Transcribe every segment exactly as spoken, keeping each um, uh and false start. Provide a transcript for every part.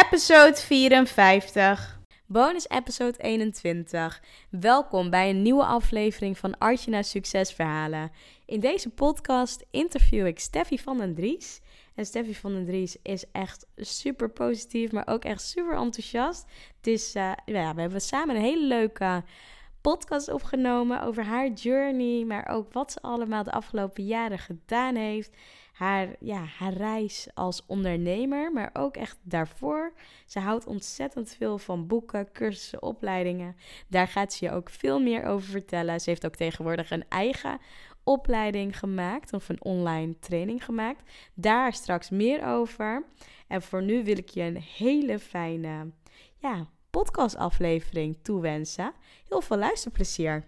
Episode vierenvijftig. Bonus episode eenentwintig. Welkom bij een nieuwe aflevering van Artjana Succesverhalen. In deze podcast interview ik Steffi van den Dries. En Steffi van den Dries is echt super positief, maar ook echt super enthousiast. Het is, uh, ja, we hebben samen een hele leuke podcast opgenomen over haar journey, maar ook wat ze allemaal de afgelopen jaren gedaan heeft. Haar, ja, haar reis als ondernemer, maar ook echt daarvoor. Ze houdt ontzettend veel van boeken, cursussen, opleidingen. Daar gaat ze je ook veel meer over vertellen. Ze heeft ook tegenwoordig een eigen opleiding gemaakt, of een online training gemaakt. Daar straks meer over. En voor nu wil ik je een hele fijne ja, podcastaflevering toewensen. Heel veel luisterplezier.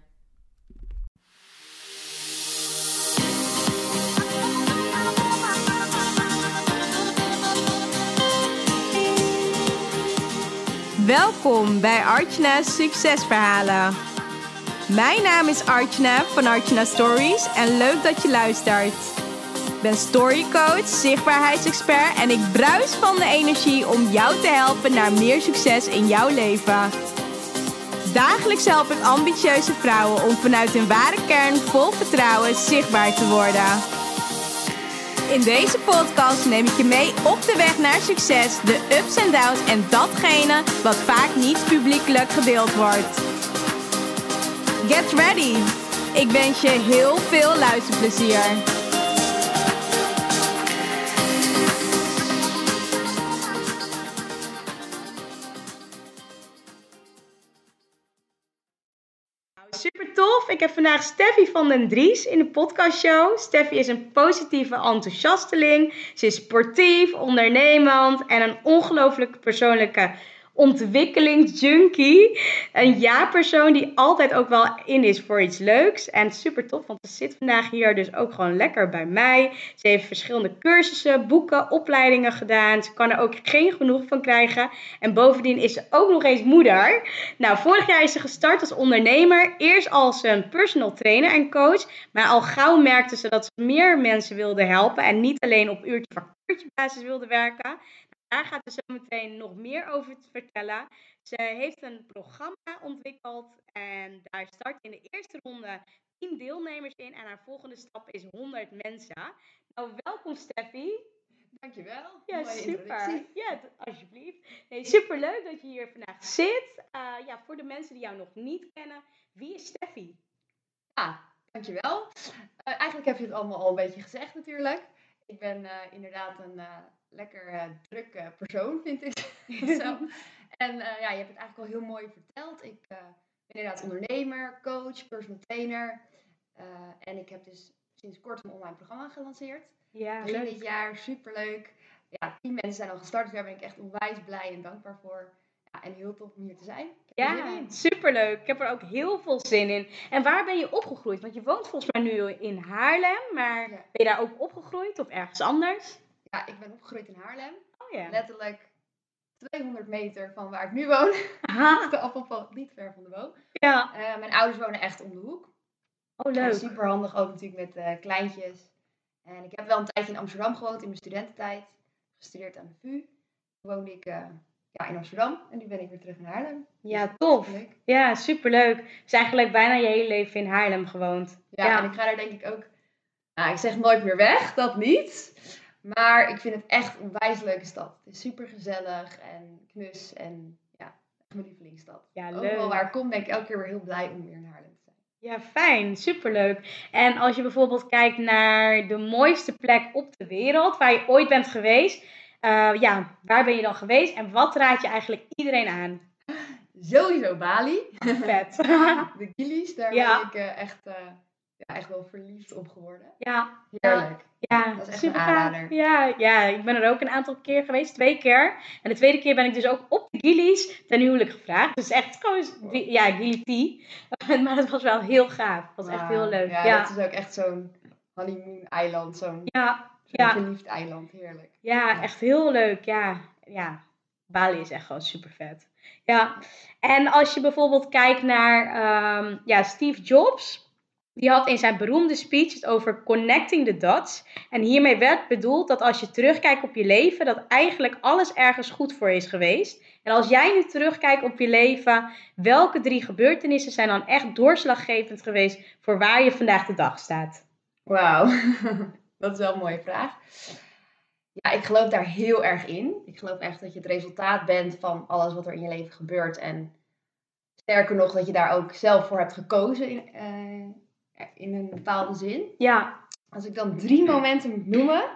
Welkom bij Artjana Succesverhalen. Mijn naam is Artjana van Artjana Stories en leuk dat je luistert. Ik ben storycoach, zichtbaarheidsexpert en ik bruis van de energie om jou te helpen naar meer succes in jouw leven. Dagelijks help ik ambitieuze vrouwen om vanuit hun ware kern vol vertrouwen zichtbaar te worden. In deze podcast neem ik je mee op de weg naar succes, de ups en downs en datgene wat vaak niet publiekelijk gedeeld wordt. Get ready! Ik wens je heel veel luisterplezier. Super tof. Ik heb vandaag Steffi van den Dries in de podcastshow. Steffi is een positieve enthousiasteling. Ze is sportief, ondernemend en een ongelooflijk persoonlijke ontwikkelingsjunkie. Een ja-persoon die altijd ook wel in is voor iets leuks. En super tof, want ze zit vandaag hier dus ook gewoon lekker bij mij. Ze heeft verschillende cursussen, boeken, opleidingen gedaan. Ze kan er ook geen genoeg van krijgen. En bovendien is ze ook nog eens moeder. Nou, vorig jaar is ze gestart als ondernemer. Eerst als een personal trainer en coach. Maar al gauw merkte ze dat ze meer mensen wilde helpen. En niet alleen op uurtje factuurtje basis wilde werken. Daar gaat ze zo meteen nog meer over te vertellen. Ze heeft een programma ontwikkeld en daar start in de eerste ronde tien deelnemers in. En haar volgende stap is honderd mensen. Nou, welkom Steffi. Dankjewel. Ja, Mooie super. introductie. Ja, d- alsjeblieft. Nee, super leuk dat je hier vandaag zit. Uh, ja, voor de mensen die jou nog niet kennen, wie is Steffi? Ah, dankjewel. Uh, eigenlijk heb je het allemaal al een beetje gezegd natuurlijk. Ik ben uh, inderdaad een uh, lekker uh, druk uh, persoon, vind ik zelf. En uh, ja, je hebt het eigenlijk al heel mooi verteld. Ik uh, ben inderdaad ondernemer, coach, personal trainer. Uh, en ik heb dus sinds kort een online programma gelanceerd. Ja, Begin leuk. dit jaar, superleuk. Ja, tien mensen zijn al gestart, dus daar ben ik echt onwijs blij en dankbaar voor. Ja, en heel tof om hier te zijn. Ik heb er zin Ja, in. superleuk. Ik heb er ook heel veel zin in. En waar ben je opgegroeid? Want je woont volgens mij nu in Haarlem, maar Ja. ben je daar ook opgegroeid of ergens anders? Ja, ik ben opgegroeid in Haarlem. Oh ja. Letterlijk tweehonderd meter van waar ik nu woon. Aha. De afval niet ver van de woon. Ja. Uh, mijn ouders wonen echt om de hoek. Oh, Ja, leuk. super handig ook natuurlijk met uh, kleintjes. En ik heb wel een tijdje in Amsterdam gewoond in mijn studententijd. Gestudeerd aan de V U. Toen woonde ik uh, ja, in Amsterdam en nu ben ik weer terug in Haarlem. Ja, Dus tof. superleuk. Ja, superleuk. Dus eigenlijk bijna je hele leven in Haarlem gewoond. Ja, Ja. en ik ga daar denk ik ook... Nou, ik zeg nooit meer weg, dat niet. Maar ik vind het echt een onwijs leuke stad. Het is super gezellig en knus en ja, echt mijn lievelingsstad. Ja, leuk. Overal waar ik kom ben ik elke keer weer heel blij om weer in Haarlem te zijn. Ja, fijn. Superleuk. En als je bijvoorbeeld kijkt naar de mooiste plek op de wereld waar je ooit bent geweest. Uh, ja, waar ben je dan geweest en wat raad je eigenlijk iedereen aan? Sowieso Bali. Vet. De Gili's, daar Ja. ben ik uh, echt, uh, ja, echt wel verliefd op geworden. Ja. Heerlijk. Ja, Dat is echt super een gaaf. aanrader. Ja, ja, ik ben er ook een aantal keer geweest, twee keer. En de tweede keer ben ik dus ook op de Gili's ten huwelijk gevraagd. Dus echt gewoon, ja, Gili tea. Maar het was wel heel gaaf. Het was echt heel leuk. Ja, Ja, dat is ook echt zo'n honeymoon eiland, zo'n ja, zo'n ja. verliefd eiland. Heerlijk. Ja, echt heel leuk. Ja, ja. Bali is echt gewoon super vet. Ja, en als je bijvoorbeeld kijkt naar um, ja, Steve Jobs. die had in zijn beroemde speech het over connecting the dots. En hiermee werd bedoeld dat als je terugkijkt op je leven, dat eigenlijk alles ergens goed voor je is geweest. En als jij nu terugkijkt op je leven, welke drie gebeurtenissen zijn dan echt doorslaggevend geweest voor waar je vandaag de dag staat? Wauw, dat is wel een mooie vraag. Ja, ik geloof daar heel erg in. Ik geloof echt dat je het resultaat bent van alles wat er in je leven gebeurt. En sterker nog, dat je daar ook zelf voor hebt gekozen in, uh, in een bepaalde zin. Ja. Als ik dan drie momenten moet noemen.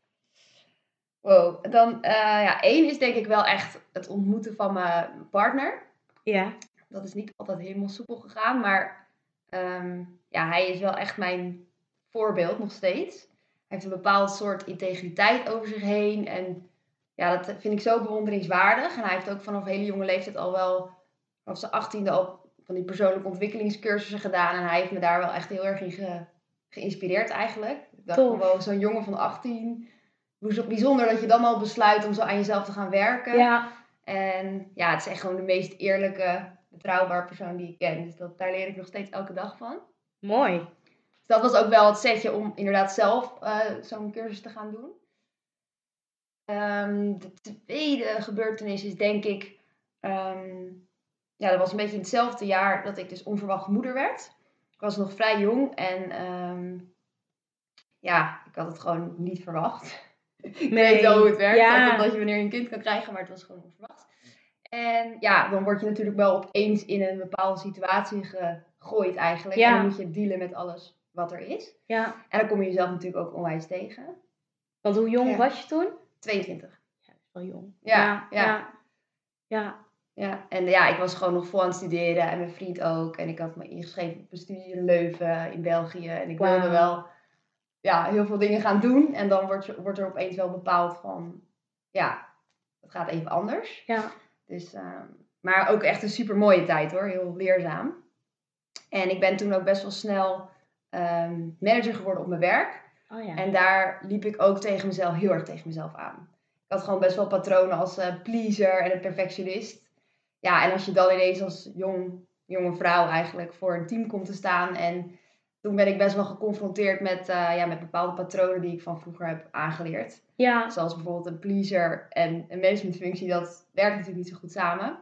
Wow, dan uh, ja, één is denk ik wel echt het ontmoeten van mijn partner. Ja. Dat is niet altijd helemaal soepel gegaan, maar um, ja, hij is wel echt mijn voorbeeld nog steeds. Hij heeft een bepaald soort integriteit over zich heen en ja, dat vind ik zo bewonderingswaardig. En hij heeft ook vanaf een hele jonge leeftijd al wel, vanaf zijn achttiende al van die persoonlijke ontwikkelingscursussen gedaan. En hij heeft me daar wel echt heel erg in ge, geïnspireerd eigenlijk. Ik dacht Tof. gewoon, zo'n jongen van achttien, hoe bijzonder dat je dan al besluit om zo aan jezelf te gaan werken. Ja. En ja, het is echt gewoon de meest eerlijke, betrouwbare persoon die ik ken. Dus dat, daar leer ik nog steeds elke dag van. Mooi. Dus dat was ook wel het setje om inderdaad zelf uh, zo'n cursus te gaan doen. Um, de tweede gebeurtenis is denk ik... Um, ja, dat was een beetje in hetzelfde jaar dat ik dus onverwacht moeder werd. Ik was nog vrij jong en um, ja, ik had het gewoon niet verwacht. ik nee. weet wel hoe het werkt, ja. dat je wanneer je een kind kan krijgen, maar het was gewoon onverwacht. En ja, dan word je natuurlijk wel opeens in een bepaalde situatie gegooid eigenlijk. Ja. En dan moet je dealen met alles wat er is. Ja. En dan kom je jezelf natuurlijk ook onwijs tegen. Want hoe jong ja. was je toen? tweeëntwintig. Ja, dat is wel jong. Ja, ja. ja. ja. ja. Ja, en ja, ik was gewoon nog vol aan het studeren en mijn vriend ook. En ik had me ingeschreven op een studie in Leuven, in België. En ik wow. wilde wel ja, heel veel dingen gaan doen. En dan wordt, wordt er opeens wel bepaald van, ja, het gaat even anders. Ja. Dus, uh, maar ook echt een super mooie tijd hoor, heel leerzaam. En ik ben toen ook best wel snel um, manager geworden op mijn werk. Oh ja. En daar liep ik ook tegen mezelf, heel erg tegen mezelf aan. Ik had gewoon best wel patronen als uh, pleaser en een perfectionist. Ja, en als je dan ineens als jong, jonge vrouw eigenlijk voor een team komt te staan. En toen ben ik best wel geconfronteerd met, uh, ja, met bepaalde patronen die ik van vroeger heb aangeleerd. Ja. Zoals bijvoorbeeld een pleaser en een managementfunctie, dat werkt natuurlijk niet zo goed samen.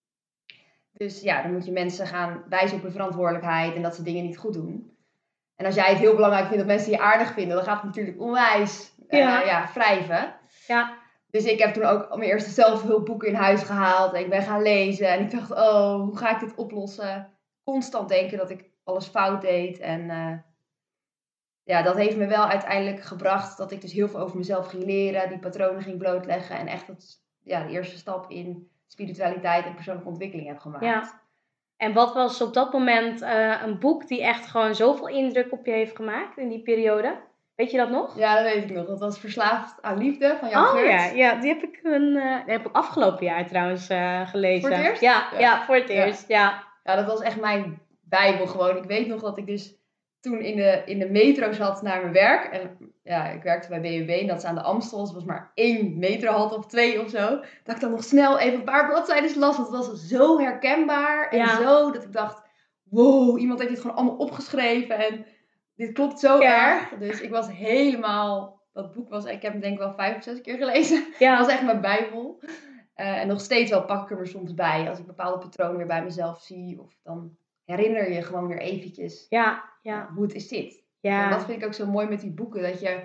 Dus ja, dan moet je mensen gaan wijzen op hun verantwoordelijkheid en dat ze dingen niet goed doen. En als jij het heel belangrijk vindt dat mensen je aardig vinden, dan gaat het natuurlijk onwijs ja. Uh, ja, wrijven. Ja. Dus ik heb toen ook mijn eerste zelfhulpboeken in huis gehaald. En ik ben gaan lezen. En ik dacht, oh, hoe ga ik dit oplossen? Constant denken dat ik alles fout deed. En uh, ja, dat heeft me wel uiteindelijk gebracht dat ik dus heel veel over mezelf ging leren. Die patronen ging blootleggen. En echt dat, ja, de eerste stap in spiritualiteit en persoonlijke ontwikkeling heb gemaakt. Ja. En wat was op dat moment uh, een boek die echt gewoon zoveel indruk op je heeft gemaakt in die periode? Weet je dat nog? Ja, dat weet ik nog. Dat was Verslaafd aan Liefde van Jan Oh Geurt. ja, ja, die heb ik, een, uh, die heb ik afgelopen jaar trouwens uh, gelezen. Voor het eerst? Ja, ja. ja voor het eerst, ja. ja. Ja, dat was echt mijn bijbel gewoon. Ik weet nog dat ik dus toen in de, in de metro zat naar mijn werk. En ja, ik werkte bij B W B en dat is aan de Amstel. Dus het was maar één metrohalte of twee of zo. Dat ik dan nog snel even een paar bladzijden las. Want het was zo herkenbaar en ja. zo dat ik dacht, wow, iemand heeft dit gewoon allemaal opgeschreven. En dit klopt zo ja. erg. Dus ik was helemaal, dat boek was, ik heb hem denk ik wel vijf of zes keer gelezen. Ja. Dat was echt mijn bijbel. Uh, en nog steeds wel pak ik er soms bij. Als ik bepaalde patronen weer bij mezelf zie. Of dan herinner je gewoon weer eventjes. Ja, ja. Hoe het is dit. Ja. En dat vind ik ook zo mooi met die boeken. Dat je,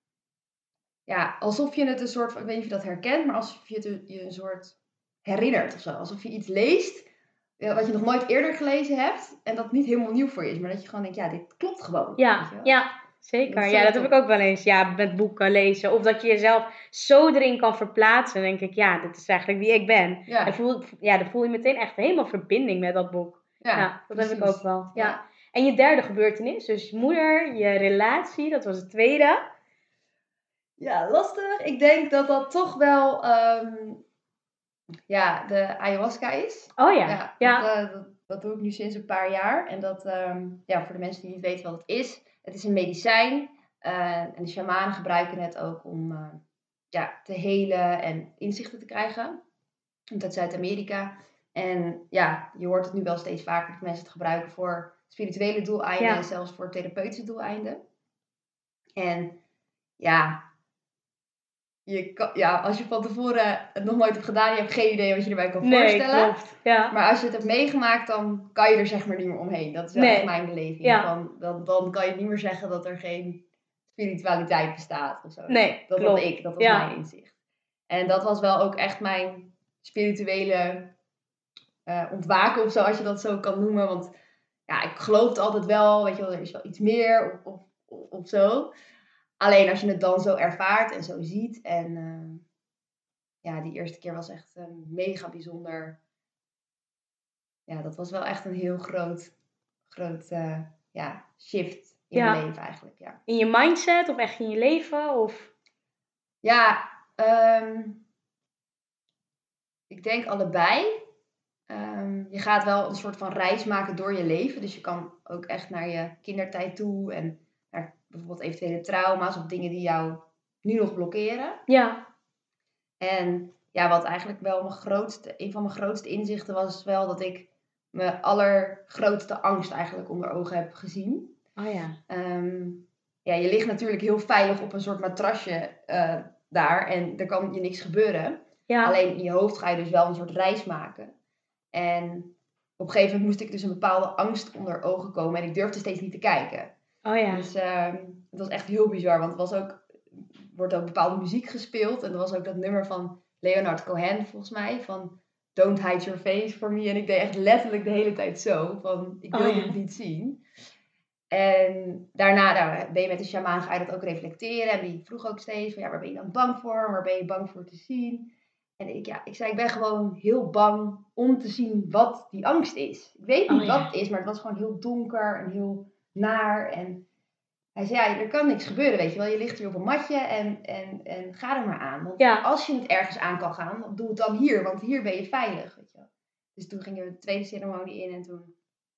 ja, alsof je het een soort van, ik weet niet of je dat herkent. Maar alsof je het je een soort herinnert of zo. Alsof je iets leest. Wat je nog nooit eerder gelezen hebt. En dat niet helemaal nieuw voor je is. Maar dat je gewoon denkt, ja, dit klopt gewoon. Ja, weet je wel? ja. Zeker, dat ja, dat top. heb ik ook wel eens, ja, met boeken lezen. Of dat je jezelf zo erin kan verplaatsen. Dan denk ik, ja, dit is eigenlijk wie ik ben. Ja. Dan voel, ja, dan voel je meteen echt helemaal verbinding met dat boek. Ja, ja dat precies. heb ik ook wel. Ja. Ja. En je derde gebeurtenis, dus je moeder, je relatie, dat was het tweede. Ja, lastig. Ik denk dat dat toch wel um, ja, de ayahuasca is. Oh ja, ja. ja. Dat, uh, dat, dat doe ik nu sinds een paar jaar. En dat, um, ja, voor de mensen die niet weten wat het is. Het is een medicijn. Uh, en de shamanen gebruiken het ook om uh, ja, te helen en inzichten te krijgen. Komt uit Zuid-Amerika. En ja, je hoort het nu wel steeds vaker dat mensen het gebruiken voor spirituele doeleinden Ja. en zelfs voor therapeutische doeleinden. En ja, je kan, ja, als je van tevoren het nog nooit hebt gedaan, je hebt geen idee wat je erbij kan Nee, voorstellen. klopt. Ja. Maar als je het hebt meegemaakt, dan kan je er zeg maar niet meer omheen. Dat is wel Nee. echt mijn beleving. Ja. Van, dan, dan kan je niet meer zeggen dat er geen spiritualiteit bestaat of zo. Nee, dat klopt. had ik, dat was Ja. mijn inzicht. En dat was wel ook echt mijn spirituele uh, ontwaken of zo, als je dat zo kan noemen. Want ja, ik geloofde altijd wel, weet je wel, er is wel iets meer of, of, of, of zo. Alleen als je het dan zo ervaart en zo ziet. En uh, ja, die eerste keer was echt uh, mega bijzonder. Ja, dat was wel echt een heel groot, groot uh, ja, shift in Ja. mijn leven eigenlijk. Ja. In je mindset of echt in je leven? Of? Ja, um, ik denk allebei. Um, je gaat wel een soort van reis maken door je leven. Dus je kan ook echt naar je kindertijd toe. En naar bijvoorbeeld eventuele trauma's of dingen die jou nu nog blokkeren. Ja. En ja, wat eigenlijk wel mijn grootste, een van mijn grootste inzichten was wel dat ik mijn allergrootste angst eigenlijk onder ogen heb gezien. Oh ja. Um, ja, je ligt natuurlijk heel veilig op een soort matrasje uh, daar en er kan je niks gebeuren. Ja. Alleen in je hoofd ga je dus wel een soort reis maken. En op een gegeven moment moest ik dus een bepaalde angst onder ogen komen en ik durfde steeds niet te kijken. Oh ja. Dus um, het was echt heel bizar, want er was ook, wordt ook bepaalde muziek gespeeld en er was ook dat nummer van Leonard Cohen volgens mij, van Don't Hide Your Face for Me. En ik deed echt letterlijk de hele tijd zo, van ik wilde oh ja. het niet zien. En daarna nou, ben je met de shamaan, ga je dat ook reflecteren. En die vroeg ook steeds van ja, waar ben je dan bang voor? Waar ben je bang voor te zien? En ik, ja, ik zei, ik ben gewoon heel bang om te zien wat die angst is. Ik weet niet oh, ja. wat het is, maar het was gewoon heel donker en heel naar. En hij zei, ja, er kan niks gebeuren, weet je wel. Je ligt hier op een matje en, en, en ga er maar aan. Want ja. als je niet ergens aan kan gaan, doe het dan hier, want hier ben je veilig, weet je wel. Dus toen gingen we de tweede ceremonie in en toen...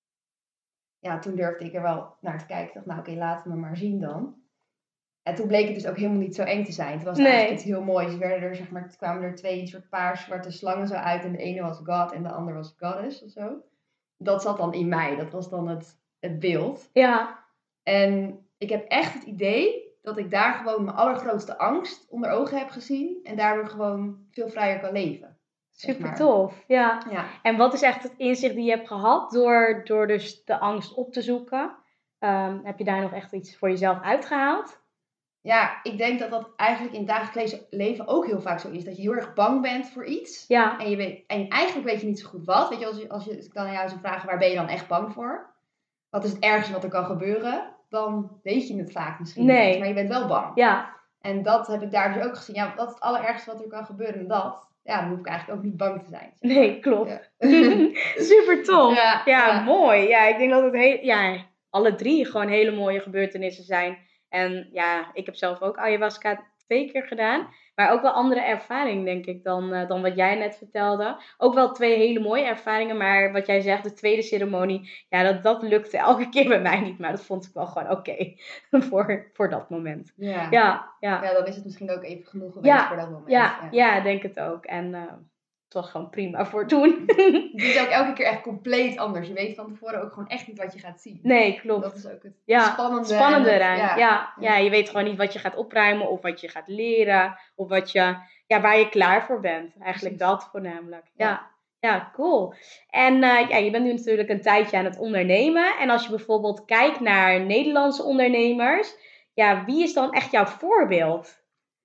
Ja, toen durfde ik er wel naar te kijken. Ik dacht, nou oké, okay, laten we maar zien dan. En toen bleek het dus ook helemaal niet zo eng te zijn. Het was nee. eigenlijk iets heel moois. Er werden er, zeg maar, het kwamen er twee soort paar zwarte slangen zo uit. En de ene was God en de ander was Goddess of zo. Dat zat dan in mij. Dat was dan het, het beeld. Ja. En ik heb echt het idee dat ik daar gewoon mijn allergrootste angst onder ogen heb gezien. En daardoor gewoon veel vrijer kan leven. Super zeg maar. tof, ja. ja. En wat is echt het inzicht die je hebt gehad door, door dus de angst op te zoeken? Um, heb je daar nog echt iets voor jezelf uitgehaald? Ja, ik denk dat dat eigenlijk in het dagelijks leven ook heel vaak zo is. Dat je heel erg bang bent voor iets. Ja. En, je weet, en eigenlijk weet je niet zo goed wat. Weet je, als je, als je dan aan jou zou vragen, waar ben je dan echt bang voor? Wat is het ergste wat er kan gebeuren? Dan weet je het vaak misschien nee. niet, maar je bent wel bang. Ja. En dat heb ik daar dus ook gezien. Ja, dat is het allerergste wat er kan gebeuren. En dat, ja, dan hoef ik eigenlijk ook niet bang te zijn. Zeg maar. Nee, klopt. Ja. Super tof. Ja, ja, ja, mooi. Ja, ik denk dat het heel, ja, alle drie gewoon hele mooie gebeurtenissen zijn. En ja, ik heb zelf ook ayahuasca twee keer gedaan. Maar ook wel andere ervaring, denk ik, dan, uh, dan wat jij net vertelde. Ook wel twee hele mooie ervaringen. Maar wat jij zegt, de tweede ceremonie, ja, dat, dat lukte elke keer bij mij niet. Maar dat vond ik wel gewoon oké okay, voor, voor dat moment. Ja. Ja, ja. ja, dan is het misschien ook even genoeg geweest ja, voor dat moment. Ja, ja. ja, denk het ook. En uh, het was gewoon prima voor toen. Het is ook elke keer echt compleet anders. Je weet van tevoren ook gewoon echt niet wat je gaat zien. Nee, klopt. Dat is ook het ja, spannende. Spannende het, eraan. Ja, ja, ja, ja. ja, je weet gewoon niet wat je gaat opruimen of wat je gaat leren. Of wat je, ja, waar je klaar voor bent. Eigenlijk Precies. Dat voornamelijk. Ja. ja. Ja, cool. En uh, ja, je bent nu natuurlijk een tijdje aan het ondernemen. En als je bijvoorbeeld kijkt naar Nederlandse ondernemers. Ja, wie is dan echt jouw voorbeeld?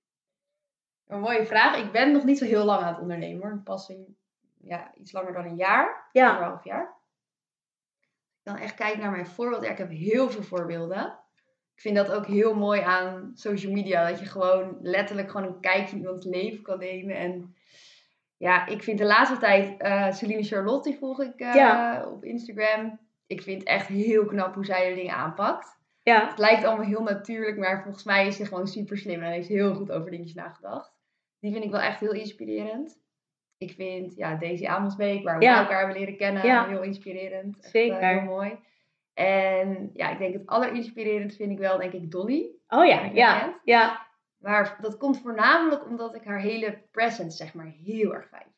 Een mooie vraag. Ik ben nog niet zo heel lang aan het ondernemen hoor. Pas in, ja, iets langer dan een jaar. Ja. Anderhalf jaar. Als ik dan echt kijk naar mijn voorbeeld. Ja, ik heb heel veel voorbeelden. Ik vind dat ook heel mooi aan social media. Dat je gewoon letterlijk gewoon een kijkje in iemands leven kan nemen. En ja, ik vind de laatste tijd uh, Celine Charlotte, die volg ik uh, ja. op Instagram. Ik vind echt heel knap hoe zij de dingen aanpakt. Ja. Het lijkt allemaal heel natuurlijk, maar volgens mij is ze gewoon super slim en heeft heel goed over dingetjes nagedacht. Die vind ik wel echt heel inspirerend. Ik vind ja, Daisy Amelsbeek, waar we ja. elkaar hebben leren kennen, ja. heel inspirerend. Echt, Zeker. Uh, heel mooi. En ja, ik denk het allerinspirerend vind ik wel, denk ik, Dolly. Oh ja, ja, ja. Maar dat komt voornamelijk omdat ik haar hele presence, zeg maar, heel erg fijn vind.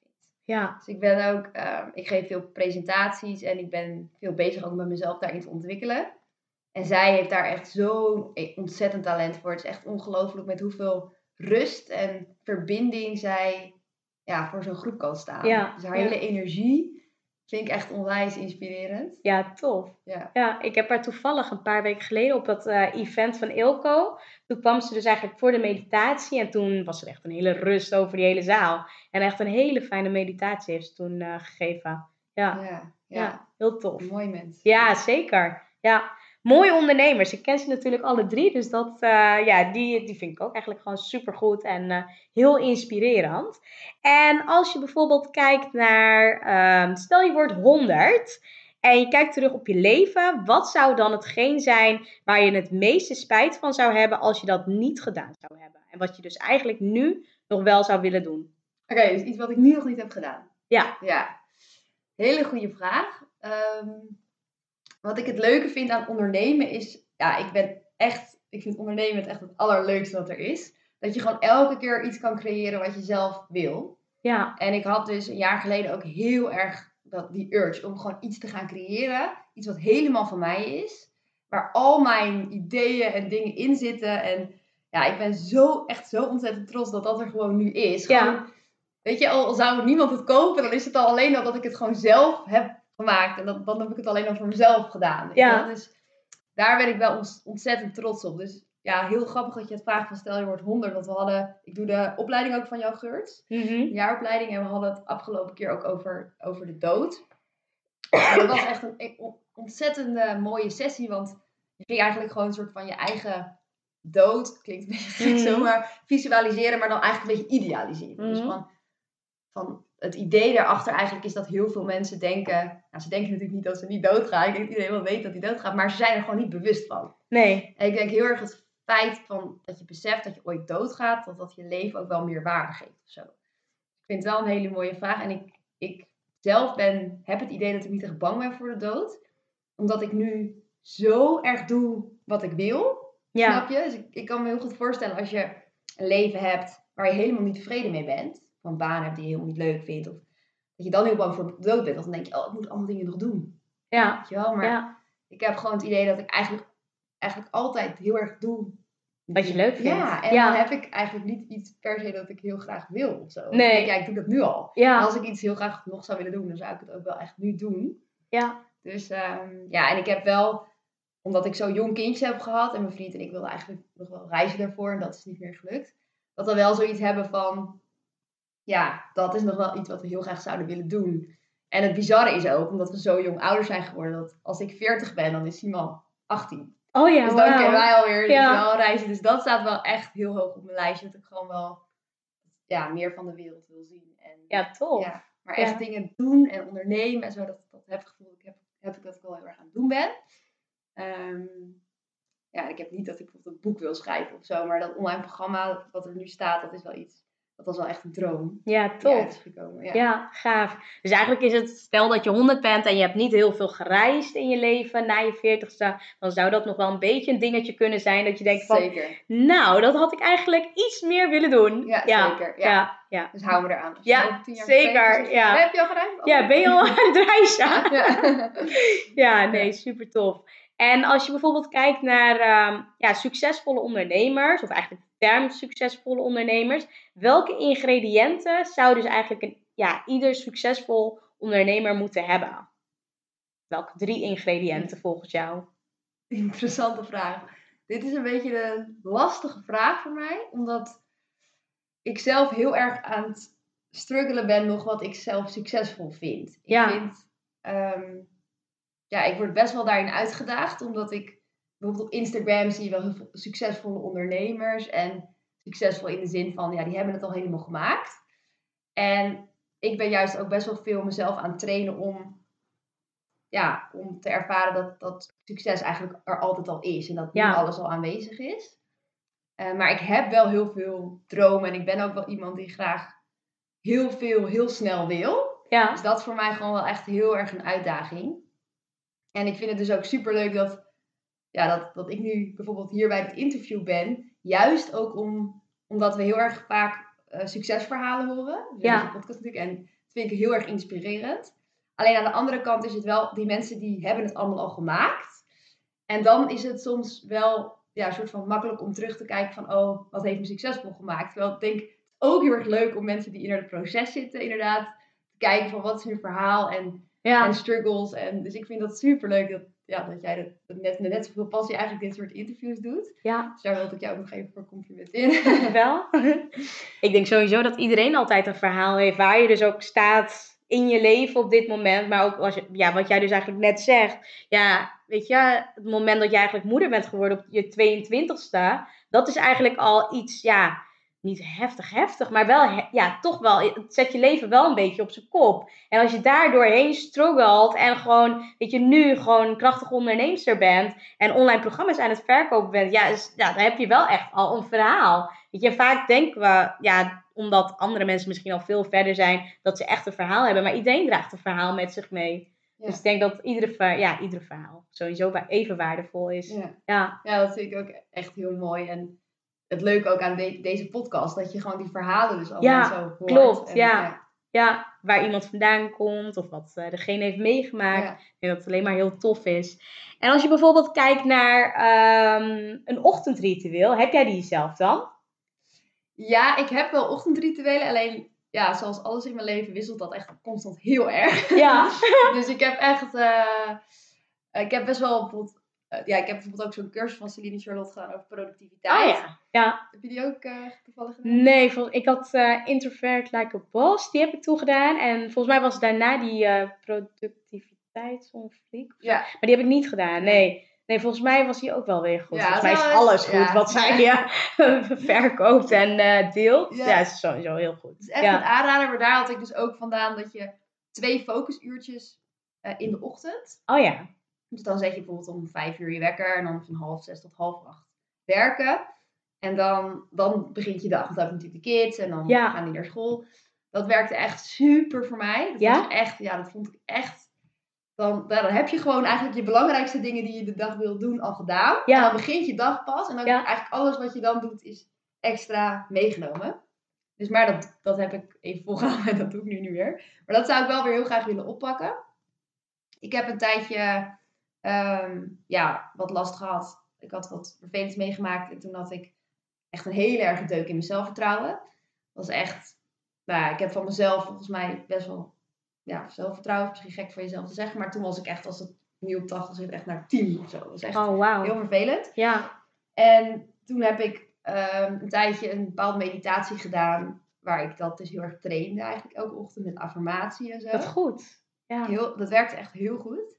Ja. Dus ik ben ook, uh, ik geef veel presentaties en ik ben veel bezig ook met mezelf daarin te ontwikkelen. En zij heeft daar echt zo'n ontzettend talent voor. Het is echt ongelooflijk met hoeveel rust en verbinding zij ja, voor zo'n groep kan staan. Ja, dus haar ja. hele energie vind ik echt onwijs inspirerend. Ja, tof. Ja. Ja, ik heb haar toevallig een paar weken geleden op dat uh, event van Ilko. Toen kwam ze dus eigenlijk voor de meditatie. En toen was er echt een hele rust over die hele zaal. En echt een hele fijne meditatie heeft ze toen uh, gegeven. Ja. Ja, ja. Ja, heel tof. Een mooi mens. Ja, zeker. Ja. Mooie ondernemers. Ik ken ze natuurlijk alle drie. Dus dat, uh, ja, die, die vind ik ook eigenlijk gewoon supergoed en uh, heel inspirerend. En als je bijvoorbeeld kijkt naar, uh, stel je wordt honderd en je kijkt terug op je leven. Wat zou dan hetgeen zijn waar je het meeste spijt van zou hebben als je dat niet gedaan zou hebben? En wat je dus eigenlijk nu nog wel zou willen doen. Oké, okay, dus iets wat ik nu nog niet heb gedaan. Ja. Ja. Hele goede vraag. Um, wat ik het leuke vind aan ondernemen is, ja, ik ben echt, ik vind ondernemen echt het allerleukste wat er is. Dat je gewoon elke keer iets kan creëren wat je zelf wil. Ja. En ik had dus een jaar geleden ook heel erg dat, die urge om gewoon iets te gaan creëren. Iets wat helemaal van mij is. Waar al mijn ideeën en dingen in zitten. En ja, ik ben zo, echt zo ontzettend trots dat dat er gewoon nu is. Ja. Gewoon, weet je, al zou niemand het kopen, dan is het al alleen al dat ik het gewoon zelf heb gemaakt. En dat, dan heb ik het alleen al voor mezelf gedaan. Weet ja. je? Dus daar ben ik wel ontzettend trots op. Dus ja, heel grappig dat je het vraagt van stel je wordt honderd. Want we hadden, ik doe de opleiding ook van jou Geurt. Mm-hmm. De jaaropleiding. En we hadden het afgelopen keer ook over, over de dood. En dat was echt een ontzettend mooie sessie. Want je ging eigenlijk gewoon een soort van je eigen dood. Klinkt een beetje gek mm-hmm. zo, maar visualiseren. Maar dan eigenlijk een beetje idealiseren. Mm-hmm. Dus van, van het idee daarachter eigenlijk is dat heel veel mensen denken... Nou, ze denken natuurlijk niet dat ze niet doodgaan. Ik denk dat iedereen wel weet dat hij doodgaat. Maar ze zijn er gewoon niet bewust van. Nee. En ik denk heel erg het feit van dat je beseft dat je ooit doodgaat... dat dat je leven ook wel meer waarde geeft of zo. Ik vind het wel een hele mooie vraag. En ik, ik zelf ben, heb het idee dat ik niet echt bang ben voor de dood. Omdat ik nu zo erg doe wat ik wil. Ja. Snap je? Dus ik, ik kan me heel goed voorstellen als je een leven hebt... waar je helemaal niet tevreden mee bent... Of een baan hebt die je helemaal niet leuk vindt. Of dat je dan heel bang voor de dood bent. Want dan denk je, oh, ik moet allemaal dingen nog doen. Ja. Weet je wel? Maar ja. ik heb gewoon het idee dat ik eigenlijk, eigenlijk altijd heel erg doe. Wat je leuk vindt. Ja, en ja. dan heb ik eigenlijk niet iets per se dat ik heel graag wil of zo. Nee. Ik denk, ja, ik doe dat nu al. Ja. En als ik iets heel graag nog zou willen doen, dan zou ik het ook wel echt nu doen. Ja. Dus um, ja, en ik heb wel, omdat ik zo'n jong kindje heb gehad. En mijn vriend en ik wilden eigenlijk nog wel reizen daarvoor. En dat is niet meer gelukt. Dat we wel zoiets hebben van... Ja, dat is nog wel iets wat we heel graag zouden willen doen. En het bizarre is ook, omdat we zo jong ouder zijn geworden, dat als ik veertig ben, dan is Simon achttien. Oh ja, dus dan wow. kunnen wij alweer ja. wel reizen. Dus dat staat wel echt heel hoog op mijn lijstje. Dat ik gewoon wel ja, meer van de wereld wil zien. En, ja, tof. Ja, maar echt ja. dingen doen en ondernemen en zo, dat, dat heb ik het gevoel, ik heb, heb ik dat ik wel heel erg aan het doen ben. Um, ja, ik heb niet dat ik bijvoorbeeld een boek wil schrijven of zo, maar dat online programma wat er nu staat, dat is wel iets... Dat was wel echt een droom. Ja, tof. Ja. ja, gaaf. Dus eigenlijk is het, stel dat je honderd bent en je hebt niet heel veel gereisd in je leven na je veertigste, dan zou dat nog wel een beetje een dingetje kunnen zijn dat je denkt van, zeker. Nou, dat had ik eigenlijk iets meer willen doen. Ja, ja zeker. Ja. Ja, ja. Dus hou me eraan. Ja, zeker. Ja. Heb je al gereisd? Oh. Ja, ben je al aan het reizen? Ja, ja nee, ja. super tof. En als je bijvoorbeeld kijkt naar um, ja, succesvolle ondernemers, of eigenlijk de term succesvolle ondernemers, welke ingrediënten zou dus eigenlijk een, ja, ieder succesvol ondernemer moeten hebben? Welke drie ingrediënten volgens jou? Interessante vraag. Dit is een beetje een lastige vraag voor mij, omdat ik zelf heel erg aan het struggelen ben nog wat ik zelf succesvol vind. Ik ja. vind... Um, Ja, ik word best wel daarin uitgedaagd, omdat ik bijvoorbeeld op Instagram zie je wel heel veel succesvolle ondernemers. En succesvol in de zin van, ja, die hebben het al helemaal gemaakt. En ik ben juist ook best wel veel mezelf aan het trainen om, ja, om te ervaren dat, dat succes eigenlijk er altijd al is. En dat ja. nu alles al aanwezig is. Uh, maar ik heb wel heel veel dromen en ik ben ook wel iemand die graag heel veel, heel snel wil. Ja. Dus dat is voor mij gewoon wel echt heel erg een uitdaging. En ik vind het dus ook superleuk dat, ja, dat, dat ik nu bijvoorbeeld hier bij het interview ben. Juist ook om, omdat we heel erg vaak uh, succesverhalen horen. Dus ja. deze podcast natuurlijk. En het vind ik heel erg inspirerend. Alleen aan de andere kant is het wel, die mensen die hebben het allemaal al gemaakt. En dan is het soms wel ja, een soort van makkelijk om terug te kijken van, oh, wat heeft me succesvol gemaakt? Terwijl ik denk, het is ook heel erg leuk om mensen die in het proces zitten, inderdaad, te kijken van wat is hun verhaal en, Ja. en struggles. En, dus ik vind dat super leuk dat, ja, dat jij dat, dat net, met net zoveel passie eigenlijk dit soort interviews doet. Ja. Dus daar wil ik jou ook nog even voor complimenteren. Dankjewel. Ik denk sowieso dat iedereen altijd een verhaal heeft waar je dus ook staat in je leven op dit moment. Maar ook als je, ja, wat jij dus eigenlijk net zegt. Ja, weet je, het moment dat je eigenlijk moeder bent geworden op je tweeëntwintigste. Dat is eigenlijk al iets, ja, niet heftig heftig. Maar wel, he- ja, toch wel. Het zet je leven wel een beetje op zijn kop. En als je daar doorheen struggelt en gewoon, weet je, nu gewoon een krachtige onderneemster bent. En online programma's aan het verkopen bent. Ja, dus, ja, dan heb je wel echt al een verhaal. Weet je, vaak denken we, ja, omdat andere mensen misschien al veel verder zijn, dat ze echt een verhaal hebben. Maar iedereen draagt een verhaal met zich mee. Ja. Dus ik denk dat iedere, ver, ja, iedere verhaal sowieso wa- even waardevol is. Ja. Ja, Ja, dat vind ik ook echt heel mooi. En het leuke ook aan de- deze podcast, dat je gewoon die verhalen dus allemaal Ja, zo hoort. klopt, En, ja. ja, waar iemand vandaan komt of wat eh, degene heeft meegemaakt. Ja. Ik denk dat het alleen maar heel tof is. En als je bijvoorbeeld kijkt naar ehm, een ochtendritueel, heb jij die zelf dan? Ja, ik heb wel ochtendrituelen, alleen ja, zoals alles in mijn leven wisselt dat echt constant heel erg. Ja. Dus ik heb echt, eh, ik heb best wel bijvoorbeeld, eh, ja, ik heb bijvoorbeeld ook zo'n cursus van Celine Charlotte gedaan over productiviteit. Oh ja, ja. Heb je die ook eh, toevallig gedaan? Nee, vol- ik had eh, Introvert Like a Boss, die heb ik toegedaan. En volgens mij was daarna die eh productiviteitsonfliek. Ja. Maar die heb ik niet gedaan, nee. Nee, volgens mij was die ook wel weer goed. Ja, volgens mij is zo is- alles goed ja. wat zij ja, verkoopt en eh, deelt. Ja. Ja, is sowieso heel goed. Het is echt ja. een aanrader, maar daar had ik dus ook vandaan dat je twee focusuurtjes eh, in de ochtend. Oh ja. Dus dan zet je bijvoorbeeld om vijf uur je wekker en dan van half zes tot half acht werken. En dan, dan begint je dag. Want dan heb je natuurlijk de kids en dan Ja. gaan die naar school. Dat werkte echt super voor mij. Dat Ja? was echt, ja, dat vond ik echt. Dan, dan heb je gewoon eigenlijk je belangrijkste dingen die je de dag wil doen al gedaan. Ja. En dan begint je dag pas. En dan Ja. eigenlijk alles wat je dan doet is extra meegenomen. Dus maar dat, dat heb ik even volgehouden en dat doe ik nu niet meer. Maar dat zou ik wel weer heel graag willen oppakken. Ik heb een tijdje ehm, ja, wat last gehad. Ik had wat vervelends meegemaakt. En toen had ik echt een hele erge deuk in mijn zelfvertrouwen. Dat was echt... Nou ja, ik heb van mezelf volgens mij best wel ja, zelfvertrouwen. Misschien gek voor jezelf te zeggen. Maar toen was ik echt, als het nu op tachtig zit, echt naar tien of zo. Dat was echt Oh, wauw. heel vervelend. Ja. En toen heb ik ehm, een tijdje een bepaalde meditatie gedaan. Waar ik dat dus heel erg trainde eigenlijk elke ochtend met affirmatie en zo. Wat goed. Ja. Heel, dat werkte echt heel goed.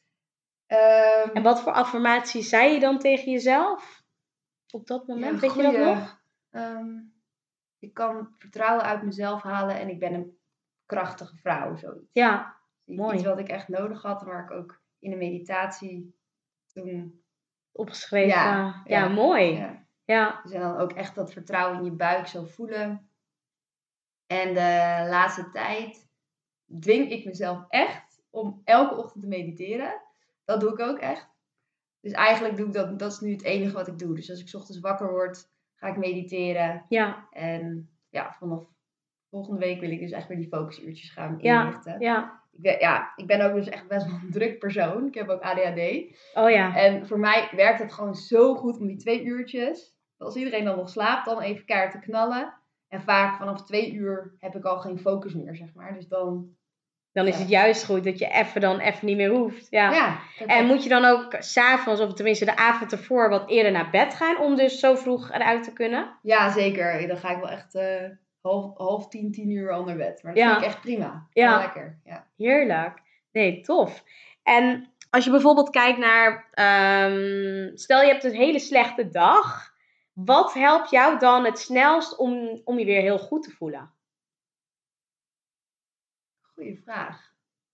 Ehm, En wat voor affirmaties zei je dan tegen jezelf? Op dat moment, ja, weet je dat goeie. nog? ehm, ik kan vertrouwen uit mezelf halen en ik ben een krachtige vrouw. Zoiets. Ja, Iets mooi. wat ik echt nodig had en waar ik ook in de meditatie toen... Opgeschreven. Ja, Ja, ja, ja, mooi. Ja. Ja. Dus en dan ook echt dat vertrouwen in je buik zo voelen. En de laatste tijd dwing ik mezelf echt om elke ochtend te mediteren. Dat doe ik ook echt. Dus eigenlijk doe ik dat, dat is nu het enige wat ik doe. Dus als ik 's ochtends wakker word, ga ik mediteren. Ja. En ja, vanaf volgende week wil ik dus echt weer die focusuurtjes gaan Ja. inrichten. Ja. Ik ben, ja, ik ben ook dus echt best wel een druk persoon. Ik heb ook A D H D. Oh ja. En voor mij werkt het gewoon zo goed om die twee uurtjes, als iedereen dan nog slaapt, dan even keihard te knallen. En vaak vanaf twee uur heb ik al geen focus meer, zeg maar. Dus dan... Dan is Ja. het juist goed dat je even dan even niet meer hoeft. Ja. Ja, En moet je dan ook 's avonds, of tenminste de avond ervoor, wat eerder naar bed gaan om dus zo vroeg eruit te kunnen? ja, zeker. Dan ga ik wel echt eh, half, half tien, tien uur al naar bed. Maar dat Ja. vind ik echt prima. Ja. Heel lekker. Ja. Heerlijk. Nee, tof. En als je bijvoorbeeld kijkt naar, ehm, stel je hebt een hele slechte dag. Wat helpt jou dan het snelst om, om je weer heel goed te voelen? Goeie vraag.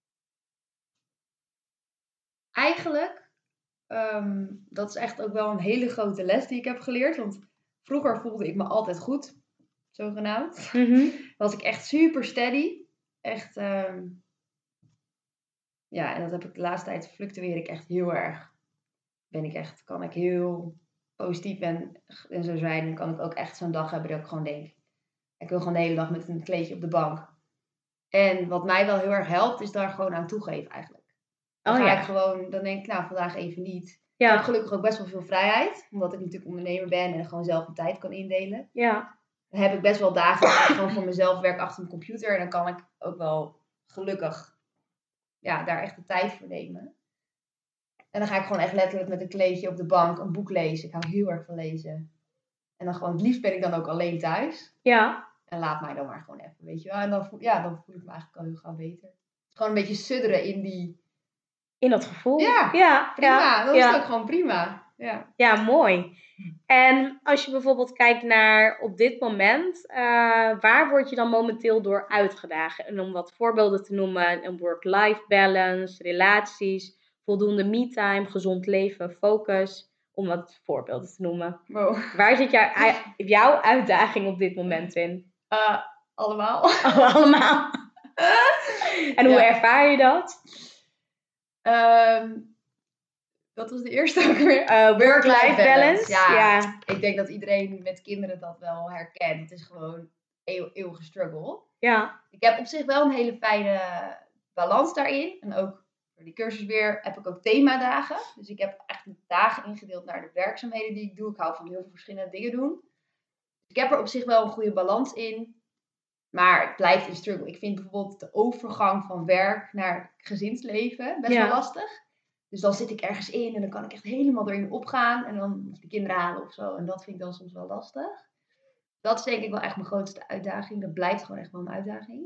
Eigenlijk, ehm, dat is echt ook wel een hele grote les die ik heb geleerd. Want vroeger voelde ik me altijd goed, zogenaamd. Mhm. Was ik echt super steady. Echt, ehm, ja, en dat heb ik de laatste tijd fluctueer ik echt heel erg. Ben ik echt, kan ik heel positief en, en zo zijn. En kan ik ook echt zo'n dag hebben dat ik gewoon denk, ik wil gewoon de hele dag met een kleedje op de bank. En wat mij wel heel erg helpt, is daar gewoon aan toegeven eigenlijk. Dan Oh ga ja. ik gewoon, dan denk ik, nou, vandaag even niet. Ja. Ik heb gelukkig ook best wel veel vrijheid, omdat ik natuurlijk ondernemer ben en gewoon zelf mijn tijd kan indelen. Ja. Dan heb ik best wel dagen dat ik gewoon voor mezelf werk achter mijn computer. En dan kan ik ook wel gelukkig ja, daar echt de tijd voor nemen. En dan ga ik gewoon echt letterlijk met een kleedje op de bank een boek lezen. Ik hou heel erg van lezen. En dan gewoon, het liefst ben ik dan ook alleen thuis. Ja. En laat mij dan maar gewoon even, weet je wel. En dan voel, ja, dan voel ik me eigenlijk al heel gauw beter. Gewoon een beetje sudderen in die... In dat gevoel. Ja, ja prima. Ja, Dan ja. is het ook gewoon prima. Ja, ja, mooi. En als je bijvoorbeeld kijkt naar op dit moment, uh, waar word je dan momenteel door uitgedaagd? En om wat voorbeelden te noemen, een work-life balance, relaties, voldoende me-time, gezond leven, focus, om wat voorbeelden te noemen. wow. Waar zit jou, jouw uitdaging op dit moment in? Uh, allemaal. Oh, allemaal. En hoe ja. ervaar je dat? Um, wat was de eerste ook weer? Uh, Work-life balance. balance. Ja, ja, ik denk dat iedereen met kinderen dat wel herkent. Het is gewoon eeuw, eeuwige struggle. Ja. Ik heb op zich wel een hele fijne balans daarin. En ook door die cursus weer heb ik ook themadagen. Dus ik heb echt dagen ingedeeld naar de werkzaamheden die ik doe. Ik hou van heel veel verschillende dingen doen. Dus ik heb er op zich wel een goede balans in. Maar het blijft een struggle. Ik vind bijvoorbeeld de overgang van werk naar gezinsleven best ja. wel lastig. Dus dan zit ik ergens in en dan kan ik echt helemaal erin opgaan. En dan moet je de kinderen halen of zo. En dat vind ik dan soms wel lastig. Dat is denk ik wel echt mijn grootste uitdaging. Dat blijft gewoon echt wel een uitdaging.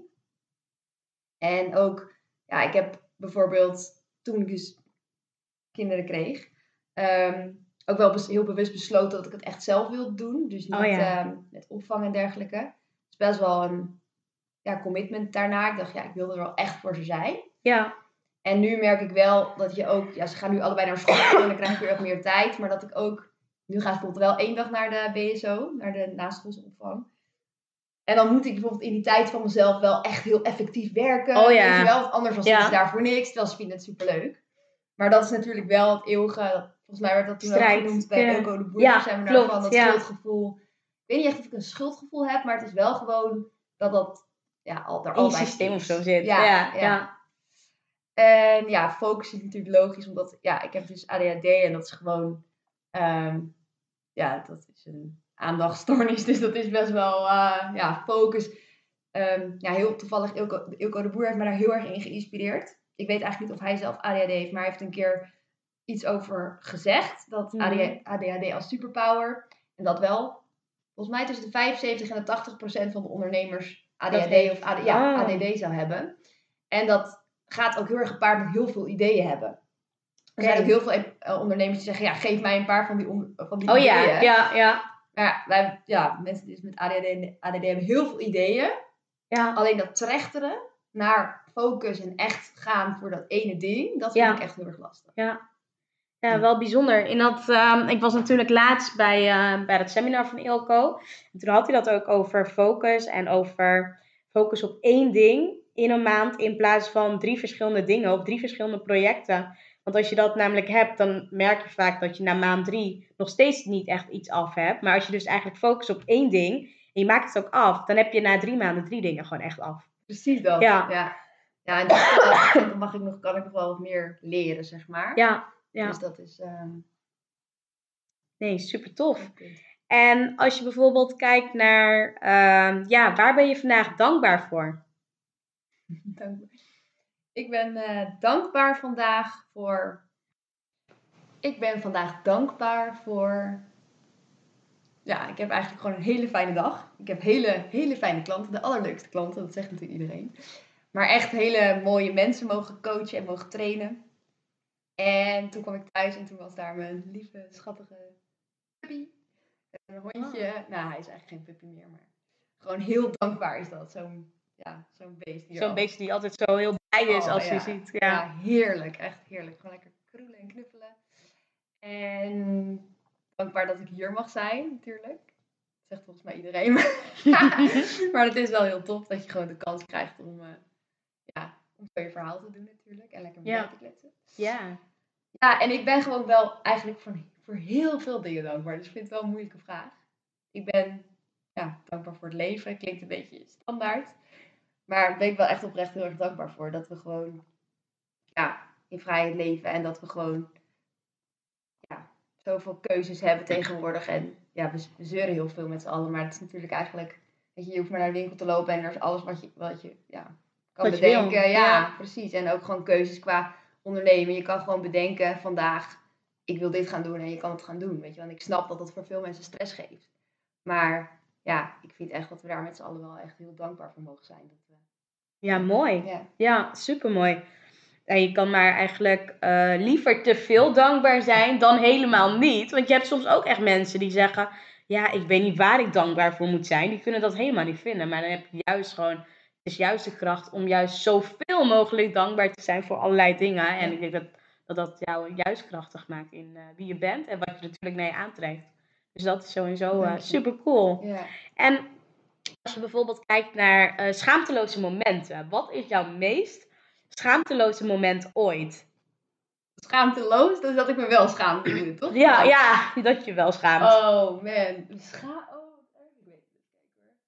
En ook, ja, ik heb bijvoorbeeld toen ik dus kinderen kreeg, um, ook wel bes- heel bewust besloten dat ik het echt zelf wilde doen. Dus niet oh ja. um, met opvang en dergelijke. Het is best wel een ja, commitment daarna. Ik dacht, ja, ik wilde er wel echt voor ze zijn. Ja. En nu merk ik wel dat je ook, ja, ze gaan nu allebei naar school en dan krijg ik weer wat meer tijd. Maar dat ik ook, nu ga ik bijvoorbeeld wel één dag naar de B S O, naar de naschoolse opvang. En dan moet ik bijvoorbeeld in die tijd van mezelf wel echt heel effectief werken. Oh ja. Weet je wel, want anders was ja. het daar voor niks. Terwijl ze vinden het superleuk. Maar dat is natuurlijk wel het eeuwige, volgens mij werd dat toen Strijd. ook genoemd bij ja. Ilko de Boer. Ja, zijn we klopt, van dat ja. schuldgevoel. Ik weet niet echt of ik een schuldgevoel heb, maar het is wel gewoon dat dat ja, al, er in altijd je systeem is. of zo zit. Ja, ja, ja. ja. En ja, focus is natuurlijk logisch, omdat ja, ik heb dus A D H D en dat is gewoon, um, ja, dat is een aandachtstoornis, dus dat is best wel, uh, ja, focus. Um, ja, heel toevallig, Ilko, Ilko de Boer heeft me daar heel erg in geïnspireerd. Ik weet eigenlijk niet of hij zelf A D H D heeft, maar hij heeft een keer iets over gezegd, dat mm-hmm. A D H D als superpower, en dat wel, volgens mij tussen de vijfenzeventig en de tachtig procent van de ondernemers A D H D of A D, ja, oh. A D D zou hebben. En dat gaat ook heel erg gepaard met heel veel ideeën hebben. Er okay. zijn ook heel veel uh, ondernemers die zeggen, ja, geef mij een paar van die, on- van die oh, ideeën. Ja, ja, ja. Maar wij, ja, mensen die met A D H D en A D D hebben heel veel ideeën. Ja. Alleen dat trechteren naar focus en echt gaan voor dat ene ding, dat vind ja. ik echt heel erg lastig. Ja. Ja, wel bijzonder. In dat, um, ik was natuurlijk laatst bij, uh, bij het seminar van Ilko. En toen had hij dat ook over focus en over focus op één ding in een maand in plaats van drie verschillende dingen of drie verschillende projecten. Want als je dat namelijk hebt, dan merk je vaak dat je na maand drie nog steeds niet echt iets af hebt. Maar als je dus eigenlijk focust op één ding en je maakt het ook af, dan heb je na drie maanden drie dingen gewoon echt af. Precies dat. Ja, ja. ja en dat, dan mag ik nog, kan ik nog wel wat meer leren, zeg maar. Ja. Ja. Dus dat is... Um... Nee, super tof. En als je bijvoorbeeld kijkt naar... Uh, ja, waar ben je vandaag dankbaar voor? Dankbaar. Ik ben uh, dankbaar vandaag voor... Ik ben vandaag dankbaar voor... Ja, ik heb eigenlijk gewoon een hele fijne dag. Ik heb hele, hele fijne klanten. De allerleukste klanten, dat zegt natuurlijk iedereen. Maar echt hele mooie mensen mogen coachen en mogen trainen. En toen kwam ik thuis en toen was daar mijn lieve, schattige puppy. Een hondje. Oh. Nou, hij is eigenlijk geen puppy meer, maar gewoon heel dankbaar is dat. Zo'n, ja, zo'n beest. Die zo'n beest die altijd zo heel blij is oh, als ja. je ziet. Ja. ja, heerlijk. Echt heerlijk. Gewoon lekker kroelen en knuffelen. En dankbaar dat ik hier mag zijn, natuurlijk. Dat zegt volgens mij iedereen. Maar het is wel heel tof dat je gewoon de kans krijgt om, uh, ja, om zo je verhaal te doen natuurlijk. En lekker met ja. mij te kletsen. Ja. Ja, en ik ben gewoon wel eigenlijk voor, voor heel veel dingen dankbaar. Dus ik vind het wel een moeilijke vraag. Ik ben ja, dankbaar voor het leven. Klinkt een beetje standaard. Maar daar ben ik wel echt oprecht heel erg dankbaar voor. Dat we gewoon ja, in vrijheid leven. En dat we gewoon ja, zoveel keuzes hebben tegenwoordig. En ja, we, we zeuren heel veel met z'n allen. Maar het is natuurlijk eigenlijk... Weet je, je hoeft maar naar de winkel te lopen en er is alles wat je, wat je ja, kan Wat je wil, bedenken. Ja, ja. precies. En ook gewoon keuzes qua ondernemen. Je kan gewoon bedenken vandaag, ik wil dit gaan doen en je kan het gaan doen. Weet je, want ik snap dat dat voor veel mensen stress geeft. Maar ja, ik vind echt dat we daar met z'n allen wel echt heel dankbaar voor mogen zijn. Dat we, Ja, mooi. ja. Ja, supermooi. En je kan maar eigenlijk eh, liever te veel dankbaar zijn dan helemaal niet. Want je hebt soms ook echt mensen die zeggen... Ja, ik weet niet waar ik dankbaar voor moet zijn. Die kunnen dat helemaal niet vinden. Maar dan heb je juist gewoon... Het is juist de kracht om juist zoveel mogelijk dankbaar te zijn voor allerlei dingen. En Ja. ik denk dat dat, dat jou juist krachtig maakt in uh, wie je bent. En wat je natuurlijk naar je aantrekt. Dus dat is sowieso uh, super cool. Ja. En als je bijvoorbeeld kijkt naar uh, schaamteloze momenten. Wat is jouw meest schaamteloze moment ooit? Schaamteloos? Dus dat ik me wel schaam bedoel, toch? Ja, ja, dat je wel schaamt. Oh man, Scha oh, ik weet het. Kijk hoor.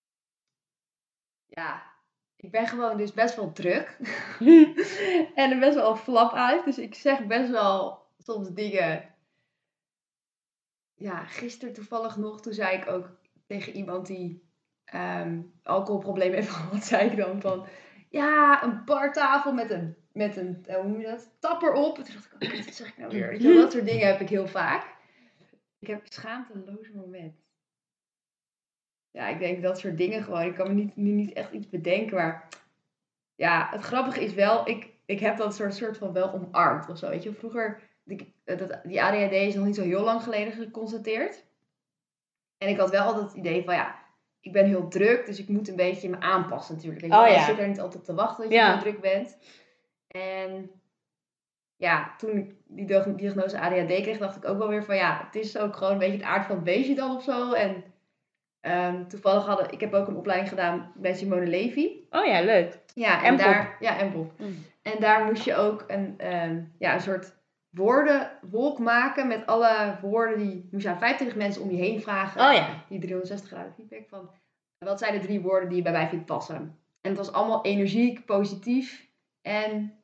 Ja, ik ben gewoon dus best wel druk. En er best wel flap uit. Dus ik zeg best wel soms dingen. Ja, gisteren toevallig nog, toen zei ik ook tegen iemand die um, alcoholprobleem heeft gehad, wat zei ik dan van... Ja, een bartafel met een, met een, hoe noem je dat, tapper op. En toen dacht ik, oh, wat zeg ik nou weer? Weet je wel, dat soort dingen heb ik heel vaak. Ik heb een schaamteloos moment. Ja, ik denk dat soort dingen gewoon. Ik kan me niet, nu niet echt iets bedenken, maar... Ja, het grappige is wel, ik, ik heb dat soort, soort van wel omarmd of zo. Weet je, vroeger, die, dat, die A D H D is nog niet zo heel lang geleden geconstateerd. En ik had wel altijd het idee van, ja, ik ben heel druk, dus ik moet een beetje me aanpassen natuurlijk. Weet je, Oh, ja. Je zit er niet altijd te wachten dat je Ja. heel druk bent. En ja, toen ik die diagnose A D H D kreeg, dacht ik ook wel weer van, ja, het is ook gewoon een beetje het aard van het beestje dan of zo. En um, toevallig hadden, ik heb ook een opleiding gedaan bij Simone Levy. Oh ja, leuk. Ja, en En daar, ja, en Bob. Mm. En daar moest je ook een, um, ja, een soort woordenwolk maken met alle woorden die... moest je aan vijfentwintig mensen om je heen vragen. Oh ja. Die driehonderdzestig graden feedback van... Wat zijn de drie woorden die je bij mij vindt passen? En het was allemaal energiek, positief en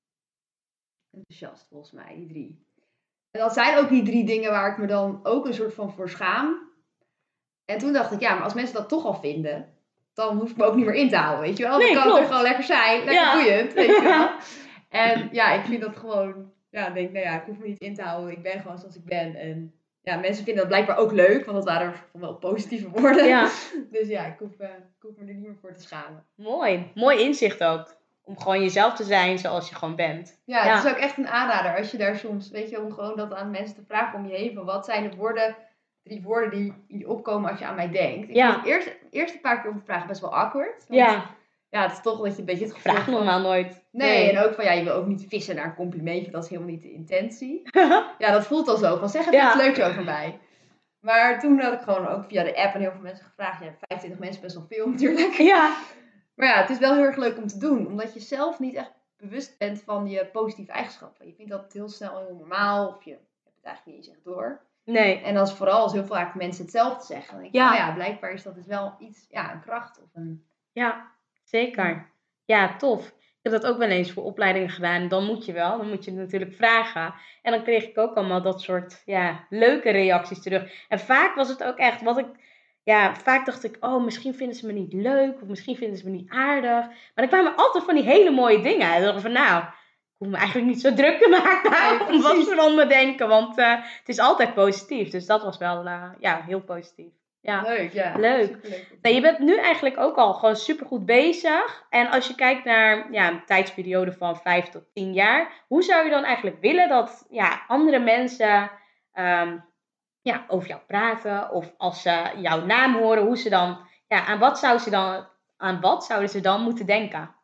enthousiast volgens mij, die drie. En dat zijn ook die drie dingen waar ik me dan ook een soort van voor schaam. En toen dacht ik, ja, maar als mensen dat toch al vinden... dan hoef ik me ook niet meer in te houden, weet je wel. Dan Nee, kan klopt. het er gewoon lekker zijn, lekker Ja. boeiend, weet je wel. En ja, ik vind dat gewoon, ja, ik denk, nou ja, ik hoef me niet in te houden. Ik ben gewoon zoals ik ben. En ja, mensen vinden dat blijkbaar ook leuk, want dat waren wel positieve woorden. Ja. Dus ja, ik hoef, uh, ik hoef me er niet meer voor te schamen. Mooi. Mooi inzicht ook. Om gewoon jezelf te zijn zoals je gewoon bent. Ja, Ja. het is ook echt een aanrader als je daar soms, weet je, om gewoon dat aan mensen te vragen om je heen. Van wat zijn de woorden, drie woorden die, die opkomen als je aan mij denkt. Ik Ja. vind het eerst, eerste paar keer om te vragen best wel awkward. Want Ja. ja, het is toch dat je een beetje het gevoel Vraag van... normaal nooit. Nee, en ook van ja, je wil ook niet vissen naar een complimentje. Dat is helemaal niet de intentie. Ja, dat voelt al zo. Van zeg even Ja. iets leuks over mij. Maar toen had ik gewoon ook via de app en heel veel mensen gevraagd. Ja, vijfentwintig mensen best wel veel natuurlijk. Ja. Maar ja, het is wel heel erg leuk om te doen. Omdat je zelf niet echt bewust bent van je positieve eigenschappen. Je vindt dat heel snel heel normaal. Of je hebt het eigenlijk niet eens echt door. Nee. En als vooral als heel vaak mensen hetzelfde zeggen. Dan denk je, Ja. oh ja, blijkbaar is dat dus wel iets, ja, een kracht of een... Ja, zeker. Ja, tof. Ik heb dat ook wel eens voor opleidingen gedaan. Dan moet je wel, dan moet je het natuurlijk vragen. En dan kreeg ik ook allemaal dat soort ja, leuke reacties terug. En vaak was het ook echt wat ik... Ja, vaak dacht ik, oh, misschien vinden ze me niet leuk. Of misschien vinden ze me niet aardig. Maar er kwamen altijd van die hele mooie dingen uit. Ik dacht van, nou, ik hoef me eigenlijk niet zo druk te maken Nee, om wat precies. ze van me denken. Want uh, het is altijd positief. Dus dat was wel uh, ja, heel positief. Ja. Leuk, ja. Leuk. Superleuk. Nou, je bent nu eigenlijk ook al gewoon supergoed bezig. En als je kijkt naar ja, een tijdsperiode van vijf tot tien jaar. Hoe zou je dan eigenlijk willen dat ja, andere mensen um, ja, over jou praten? Of als ze jouw naam horen, hoe ze dan, ja, aan wat zou ze dan, aan wat zouden ze dan moeten denken?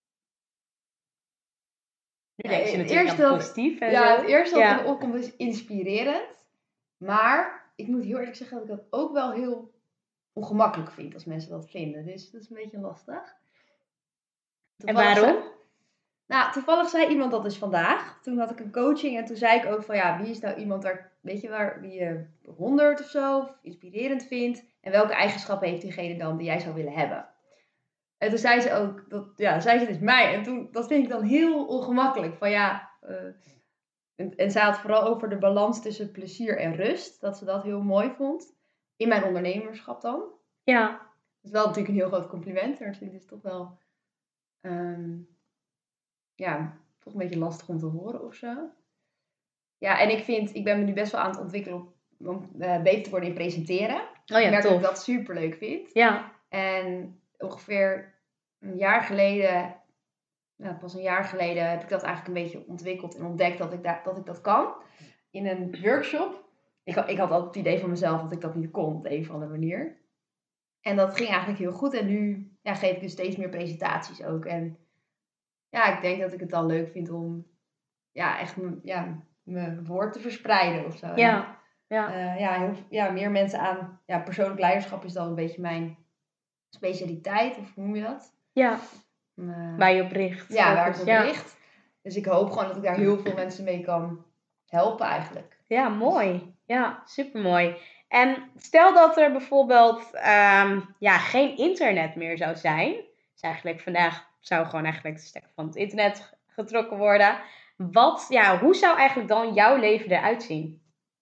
Nu Ja, denken ze het natuurlijk eerste aan dat- positief en Ja, zo. het eerste wat Ja. in me opkomt is inspirerend. Maar ik moet heel eerlijk zeggen dat ik dat ook wel heel ongemakkelijk vind als mensen dat vinden. Dus dat is een beetje lastig. En Toevallig waarom? zei- nou, toevallig zei iemand dat dus vandaag. Toen had ik een coaching en toen zei ik ook van ja, wie is nou iemand waar, weet je waar, wie je bewondert of zo, of inspirerend vindt. En welke eigenschappen heeft diegene dan die jij zou willen hebben. En toen zei ze ook, dat, ja, zei ze dus mij. En toen, dat vind ik dan heel ongemakkelijk. Van ja, uh, en, en zij had vooral over de balans tussen plezier en rust. Dat ze dat heel mooi vond. In mijn ondernemerschap dan. Ja. Dat is wel natuurlijk een heel groot compliment. Maar dat vind ik dus toch wel, um, ja, toch een beetje lastig om te horen of zo. Ja, en ik vind, ik ben me nu best wel aan het ontwikkelen om uh, beter te worden in presenteren. Oh ja, ik merk tof. dat ik dat super leuk vind. Ja. En ongeveer een jaar geleden, nou, pas een jaar geleden, heb ik dat eigenlijk een beetje ontwikkeld en ontdekt dat ik, da- dat, ik dat kan. In een workshop. Ik, ik had altijd het idee van mezelf dat ik dat niet kon op de een of andere manier. En dat ging eigenlijk heel goed. En nu ja, geef ik dus steeds meer presentaties ook. En ja, ik denk dat ik het dan leuk vind om ja, echt m- ja, mijn woord te verspreiden of zo. Ja. Ja. Uh, ja, heel, ja, meer mensen aan. Ja, persoonlijk leiderschap is dan een beetje mijn specialiteit, of hoe noem je dat? Ja. Uh, waar je op richt. Ja, waar ik op ja. richt. Dus ik hoop gewoon dat ik daar heel veel mensen mee kan helpen eigenlijk. Ja, mooi. Ja, supermooi. En stel dat er bijvoorbeeld um, ja, geen internet meer zou zijn. Dus eigenlijk vandaag zou gewoon eigenlijk de stekker van het internet getrokken worden. Wat, ja, hoe zou eigenlijk dan jouw leven eruit zien?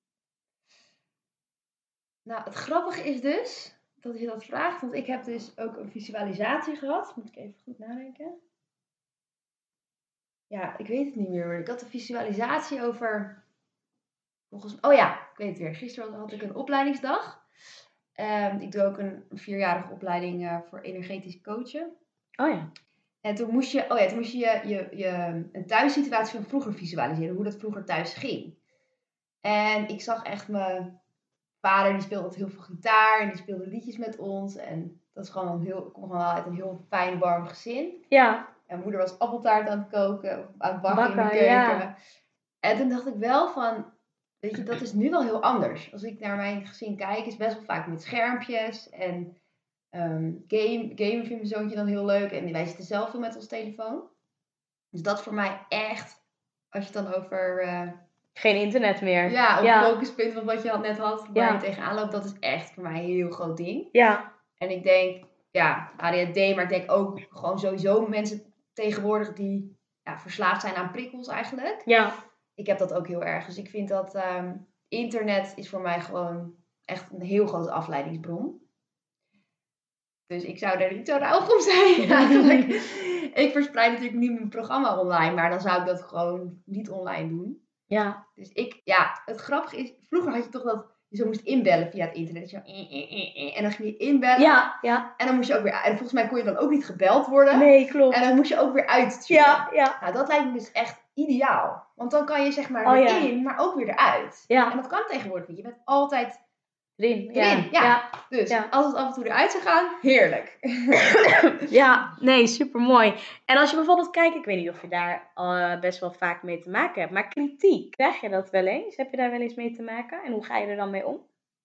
Nou, het grappige is dus dat je dat vraagt. Want ik heb dus ook een visualisatie gehad. Moet ik even goed nadenken. Ja, ik weet het niet meer. Ik had een visualisatie over... Volgens... Oh ja, ik weet het weer. Gisteren had ik een opleidingsdag. Um, ik doe ook een vierjarige opleiding uh, voor energetisch coachen. Oh ja. En toen moest je, oh ja, toen moest je, je, je, je een thuissituatie van vroeger visualiseren. Hoe dat vroeger thuis ging. En ik zag echt mijn vader, die speelde heel veel gitaar. En die speelde liedjes met ons. En dat is gewoon een heel, ik kom gewoon uit een heel fijn, warm gezin. Ja. En mijn moeder was appeltaart aan het koken. Aan het bakken, bakken in de keuken. Ja. En toen dacht ik wel van... Weet je, dat is nu wel heel anders. Als ik naar mijn gezin kijk, is best wel vaak met schermpjes. En um, game, gamen vindt mijn zoontje dan heel leuk. En wij zitten zelf veel met ons telefoon. Dus dat voor mij echt, als je het dan over... Uh, Geen internet meer. Ja, over ja. focuspunten van wat je net had, waar ja. je tegenaan loopt. Dat is echt voor mij een heel groot ding. Ja. En ik denk, ja, A D H D, maar ik denk ook gewoon sowieso mensen tegenwoordig die ja, verslaafd zijn aan prikkels eigenlijk. Ja. Ik heb dat ook heel erg. Dus ik vind dat um, internet is voor mij gewoon echt een heel grote afleidingsbron. Dus ik zou er niet zo rauw om zijn eigenlijk. Ik verspreid natuurlijk nu mijn programma online, maar dan zou ik dat gewoon niet online doen. Ja. Dus ik, ja, het grappige is, vroeger had je toch dat je zo moest inbellen via het internet. Dus je, en dan ging je inbellen. Ja, ja. En dan moest je ook weer, en volgens mij kon je dan ook niet gebeld worden. Nee, klopt. En dan moest je ook weer uitsturen. Ja, ja. Nou, dat lijkt me dus echt ideaal. Want dan kan je zeg maar oh, erin, ja. maar ook weer eruit. Ja. En dat kan tegenwoordig niet. Je bent altijd erin. erin. Ja. Ja. ja. Dus ja. als het af en toe eruit zou gaan, heerlijk. Ja, nee, supermooi. En als je bijvoorbeeld kijkt, ik weet niet of je daar uh, best wel vaak mee te maken hebt, maar kritiek, krijg je dat wel eens? Heb je daar wel eens mee te maken? En hoe ga je er dan mee om?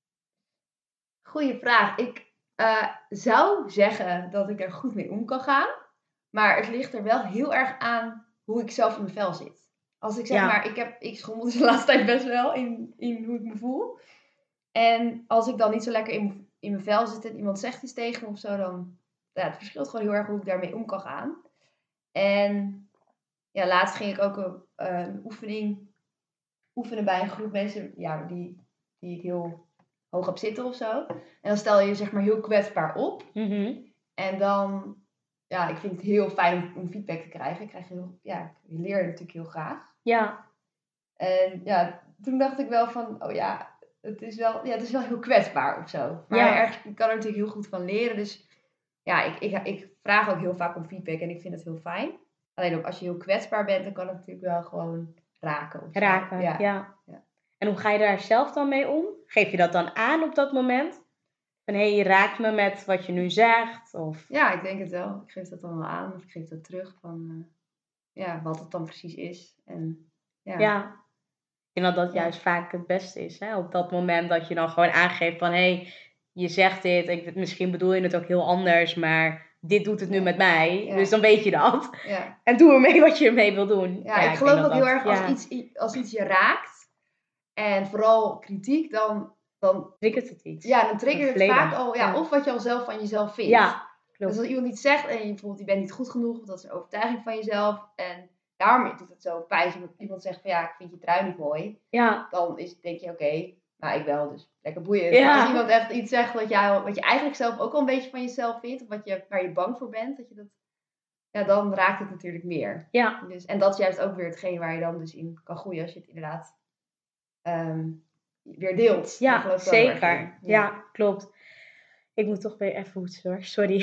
Goeie vraag. Ik uh, zou zeggen dat ik er goed mee om kan gaan. Maar het ligt er wel heel erg aan hoe ik zelf in mijn vel zit. Als ik zeg ja. maar, ik, heb, ik schommel dus de laatste tijd best wel in, in hoe ik me voel. En als ik dan niet zo lekker in, in mijn vel zit en iemand zegt iets tegen me of zo, dan ja, het verschilt gewoon heel erg hoe ik daarmee om kan gaan. En ja, laatst ging ik ook een, een oefening oefenen bij een groep mensen ja, die, die ik heel hoog heb zitten of zo. En dan stel je je zeg maar heel kwetsbaar op. Mm-hmm. En dan, ja, ik vind het heel fijn om, om feedback te krijgen. Ik krijg heel, ja, je leert natuurlijk heel graag. Ja. En ja, toen dacht ik wel van, oh ja, het is wel, ja, het is wel heel kwetsbaar of zo. Maar ja. ergens, ik kan er natuurlijk heel goed van leren. Dus ja, ik, ik, ik vraag ook heel vaak om feedback en ik vind het heel fijn. Alleen ook als je heel kwetsbaar bent, dan kan het natuurlijk wel gewoon raken. Of raken, ja. Ja. ja. En hoe ga je daar zelf dan mee om? Geef je dat dan aan op dat moment? Van, hé, hey, je raakt me met wat je nu zegt? Of... Ja, ik denk het wel. Ik geef dat dan wel aan. Of ik geef dat terug van, uh, ja, wat het dan precies is. En, ja. ja. Ik denk dat dat ja. juist vaak het beste is. Hè? Op dat moment dat je dan gewoon aangeeft van, hé, hey, je zegt dit. Ik, misschien bedoel je het ook heel anders, maar dit doet het nu ja. met mij. Ja. Dus dan weet je dat. Ja. En doe ermee wat je ermee wil doen. Ja, ja ik geloof ook dat heel dat, erg ja. als, iets, als iets je raakt. En vooral kritiek, dan... dan triggert het iets. Ja, dan triggert het vaak al... Ja, ja. Of wat je al zelf van jezelf vindt. Ja, klopt. Dus als iemand iets zegt en je bijvoorbeeld, je bent niet goed genoeg, of dat is een overtuiging van jezelf. En daarom doet het zo pijn als iemand zegt van ja, ik vind je trui niet mooi. Ja. Dan is, denk je, oké, okay, maar ik wel, dus lekker boeiend. Ja. Maar als iemand echt iets zegt wat, jij, wat je eigenlijk zelf ook wel een beetje van jezelf vindt, of wat je, waar je bang voor bent, dat je dat, ja, dan raakt het natuurlijk meer. Ja. Dus, en dat is juist ook weer hetgeen waar je dan dus in kan groeien, als je het inderdaad um, weer deelt. Ja, zeker. Ja. ja, klopt. Ik moet toch weer even hoesten hoor. Sorry.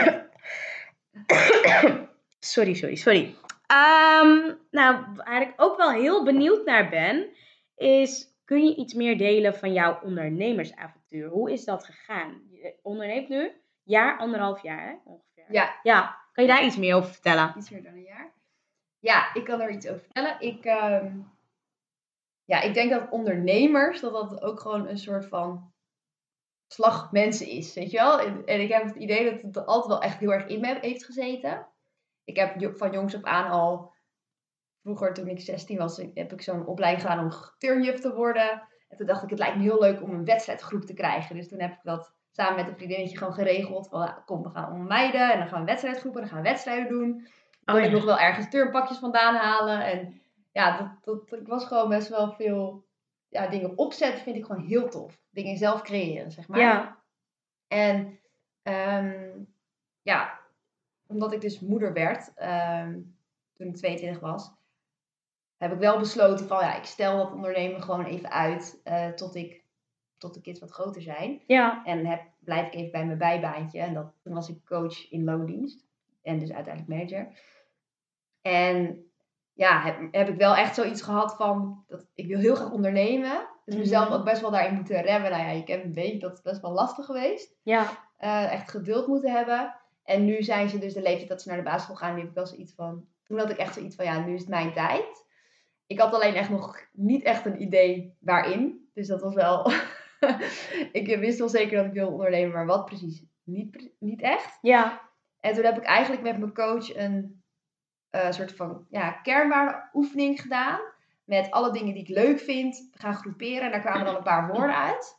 sorry, sorry, sorry. Um, nou, waar ik ook wel heel benieuwd naar ben, is, kun je iets meer delen van jouw ondernemersavontuur? Hoe is dat gegaan? Je onderneemt nu jaar, anderhalf jaar hè? Ongeveer. Ja. Ja. Kan je daar iets meer over vertellen? Iets meer dan een jaar. Ja, ik kan er iets over vertellen. Ik, um, ja, ik denk dat ondernemers, dat dat ook gewoon een soort van slag mensen is, weet je wel? En, en ik heb het idee dat het er altijd wel echt heel erg in me heeft gezeten. Ik heb van jongs af aan al, vroeger toen ik zestien was, heb ik zo'n opleiding gedaan om turnjuf te worden. En toen dacht ik, het lijkt me heel leuk om een wedstrijdgroep te krijgen. Dus toen heb ik dat samen met een vriendinnetje gewoon geregeld. Van, kom, we gaan ommeiden en dan gaan we wedstrijdgroepen en dan gaan we wedstrijden doen. Dan kon oh, ja. ik nog wel ergens turnpakjes vandaan halen. En ja, dat, dat, ik was gewoon best wel veel ja, dingen opzetten, vind ik gewoon heel tof. Dingen zelf creëren, zeg maar. Ja. En um, ja, omdat ik dus moeder werd, um, toen ik tweeëntwintig was, heb ik wel besloten van, ja, ik stel dat ondernemen gewoon even uit uh, tot, ik, tot de kids wat groter zijn. Ja. En heb, blijf ik even bij mijn bijbaantje. En dat, toen was ik coach in loondienst. En dus uiteindelijk manager. En ja, heb, heb ik wel echt zoiets gehad van, dat ik wil heel graag ondernemen. Dus mm-hmm. mezelf ook best wel daarin moeten remmen. Nou ja, je kent een beetje, dat is best wel lastig geweest. Ja. Uh, echt geduld moeten hebben. En nu zijn ze dus de leeftijd dat ze naar de basisschool gaan. Nu heb ik wel zoiets van, toen had ik echt zoiets van, ja, nu is het mijn tijd. Ik had alleen echt nog niet echt een idee waarin. Dus dat was wel... ik wist wel zeker dat ik wilde ondernemen, maar wat precies? Niet, niet echt. Ja. En toen heb ik eigenlijk met mijn coach een uh, soort van ja, kernwaardeoefening gedaan. Met alle dingen die ik leuk vind gaan groeperen. En daar kwamen dan een paar woorden uit.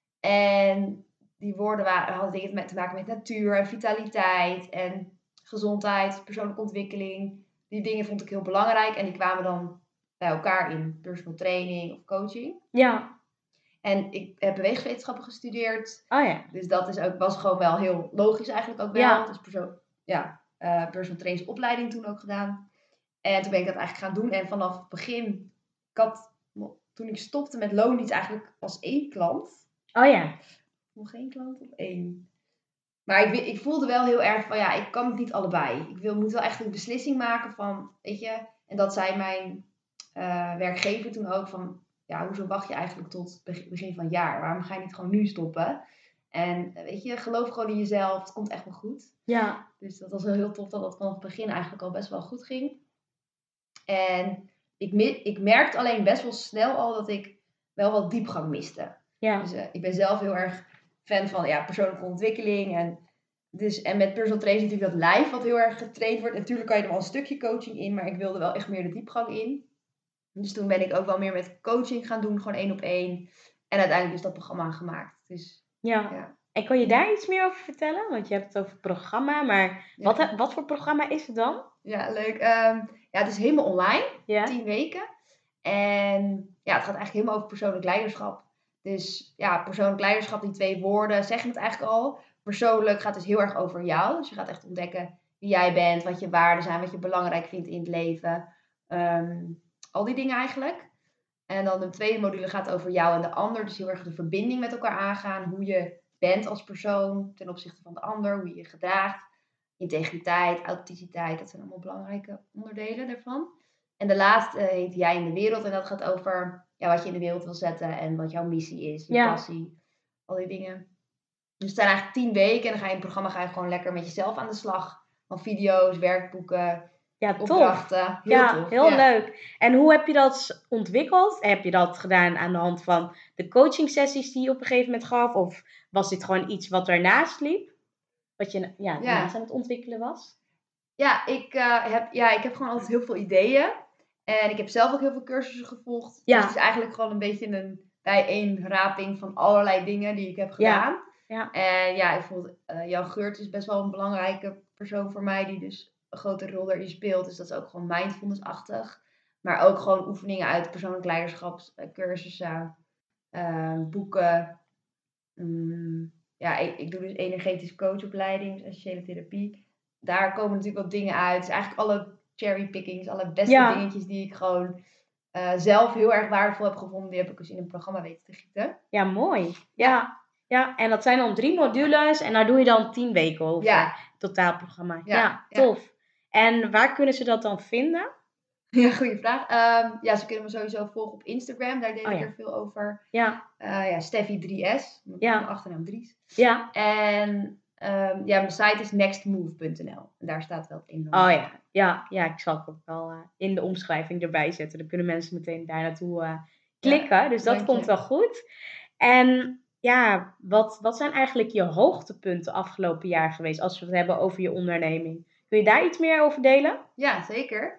En die woorden waren, hadden dingen met, te maken met natuur en vitaliteit en gezondheid, persoonlijke ontwikkeling. Die dingen vond ik heel belangrijk. En die kwamen dan bij elkaar in personal training of coaching. Ja. En ik heb bewegingswetenschappen gestudeerd. Oh ja. Dus dat is ook, was gewoon wel heel logisch eigenlijk ook wel. Ja. Dus perso- ja, uh, personal trainingsopleiding toen ook gedaan. En toen ben ik dat eigenlijk gaan doen. En vanaf het begin, ik had, toen ik stopte met loondienst eigenlijk als één klant. Oh ja. Nog geen klant of één. Maar ik, ik voelde wel heel erg van, ja, ik kan het niet allebei. Ik wil, moet wel echt een beslissing maken van, weet je. En dat zei mijn uh, werkgever toen ook van, ja, hoezo wacht je eigenlijk tot begin van het jaar? Waarom ga je niet gewoon nu stoppen? En weet je, geloof gewoon in jezelf. Het komt echt wel goed. Ja. Dus dat was wel heel tof dat dat vanaf het begin eigenlijk al best wel goed ging. En ik, ik merkte alleen best wel snel al dat ik wel wat diepgang miste. Ja. Dus uh, ik ben zelf heel erg fan van ja, persoonlijke ontwikkeling. En, dus, en met personal training natuurlijk dat lijf wat heel erg getraind wordt. Natuurlijk kan je er wel een stukje coaching in, maar ik wilde wel echt meer de diepgang in. Dus toen ben ik ook wel meer met coaching gaan doen, gewoon één op één. En uiteindelijk is dat programma gemaakt. Dus, ja. ja. En kan je daar iets meer over vertellen? Want je hebt het over programma, maar ja. wat, wat voor programma is het dan? Ja, leuk. Um, ja, het is helemaal online, ja. tien weken. En ja, het gaat eigenlijk helemaal over persoonlijk leiderschap. Dus ja, persoonlijk leiderschap, die twee woorden zeggen het eigenlijk al. Persoonlijk gaat dus heel erg over jou. Dus je gaat echt ontdekken wie jij bent, wat je waarden zijn, wat je belangrijk vindt in het leven. Um, al die dingen eigenlijk. En dan de tweede module gaat over jou en de ander. Dus heel erg de verbinding met elkaar aangaan. Hoe je bent als persoon ten opzichte van de ander. Hoe je je gedraagt. Integriteit, authenticiteit. Dat zijn allemaal belangrijke onderdelen daarvan. En de laatste heet Jij in de wereld. En dat gaat over ja, wat je in de wereld wil zetten. En wat jouw missie is. Je ja. passie. Al die dingen. Dus het zijn eigenlijk tien weken. En dan ga je in het programma ga je gewoon lekker met jezelf aan de slag. Van video's, werkboeken. Ja, tof. Opdrachten. Heel ja, tof. heel ja. leuk. En hoe heb je dat ontwikkeld? Heb je dat gedaan aan de hand van de coaching sessies die je op een gegeven moment gaf? Of was dit gewoon iets wat ernaast liep? Wat je ja, daarnaast ja. aan het ontwikkelen was? Ja ik, uh, heb, ja, ik heb gewoon altijd heel veel ideeën. En ik heb zelf ook heel veel cursussen gevolgd. Ja. Dus het is eigenlijk gewoon een beetje een bijeenraping van allerlei dingen die ik heb gedaan. Ja. ja. En ja, ik vond uh, Jan Geurt is best wel een belangrijke persoon voor mij, die dus een grote rol erin speelt. Dus dat is ook gewoon mindfulness-achtig. Maar ook gewoon oefeningen uit persoonlijk leiderschapscursussen, uh, boeken. Um, ja, ik, ik doe dus energetisch coachopleiding, dus essentiële therapie. Daar komen natuurlijk wat dingen uit. Dus eigenlijk alle cherrypickings, alle beste Ja. dingetjes die ik gewoon uh, zelf heel erg waardevol heb gevonden, die heb ik dus in een programma weten te gieten. Ja, mooi. Ja. Ja, en dat zijn dan drie modules en daar doe je dan tien weken over. Ja. Totaalprogramma. Ja, Ja, ja, tof. Ja. En waar kunnen ze dat dan vinden? Ja, goede vraag. Um, ja, ze kunnen me sowieso volgen op Instagram. Daar deel oh, ik ja. er veel over. Ja. Uh, ja, Steffi drie S. Ja. Mijn achternaam Dries. Ja. En um, ja, mijn site is nextmove punt n l. En daar staat wel het een en Oh ja. Ja, ja, ik zal het ook wel uh, in de omschrijving erbij zetten. Dan kunnen mensen meteen daar naartoe uh, klikken. Ja, dus dat komt wel goed. En ja, wat, wat zijn eigenlijk je hoogtepunten afgelopen jaar geweest als we het hebben over je onderneming? Kun je daar iets meer over delen? Ja, zeker.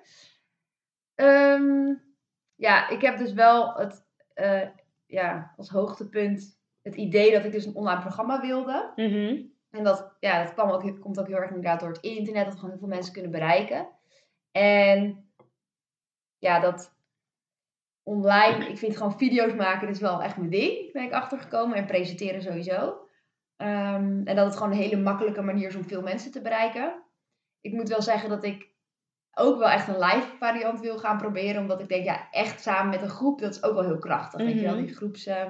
Um, ja, ik heb dus wel het, uh, ja, als hoogtepunt het idee dat ik dus een online programma wilde. Mm-hmm. En dat, ja, dat kwam ook, komt ook heel erg inderdaad door het internet, dat gewoon heel veel mensen kunnen bereiken. En ja, dat online, ik vind gewoon video's maken, dat is wel echt mijn ding, ben ik achtergekomen. En presenteren sowieso. Um, en dat het gewoon een hele makkelijke manier is om veel mensen te bereiken. Ik moet wel zeggen dat ik ook wel echt een live variant wil gaan proberen. Omdat ik denk, ja, echt samen met een groep, dat is ook wel heel krachtig. Mm-hmm. Weet je wel, die groeps, uh,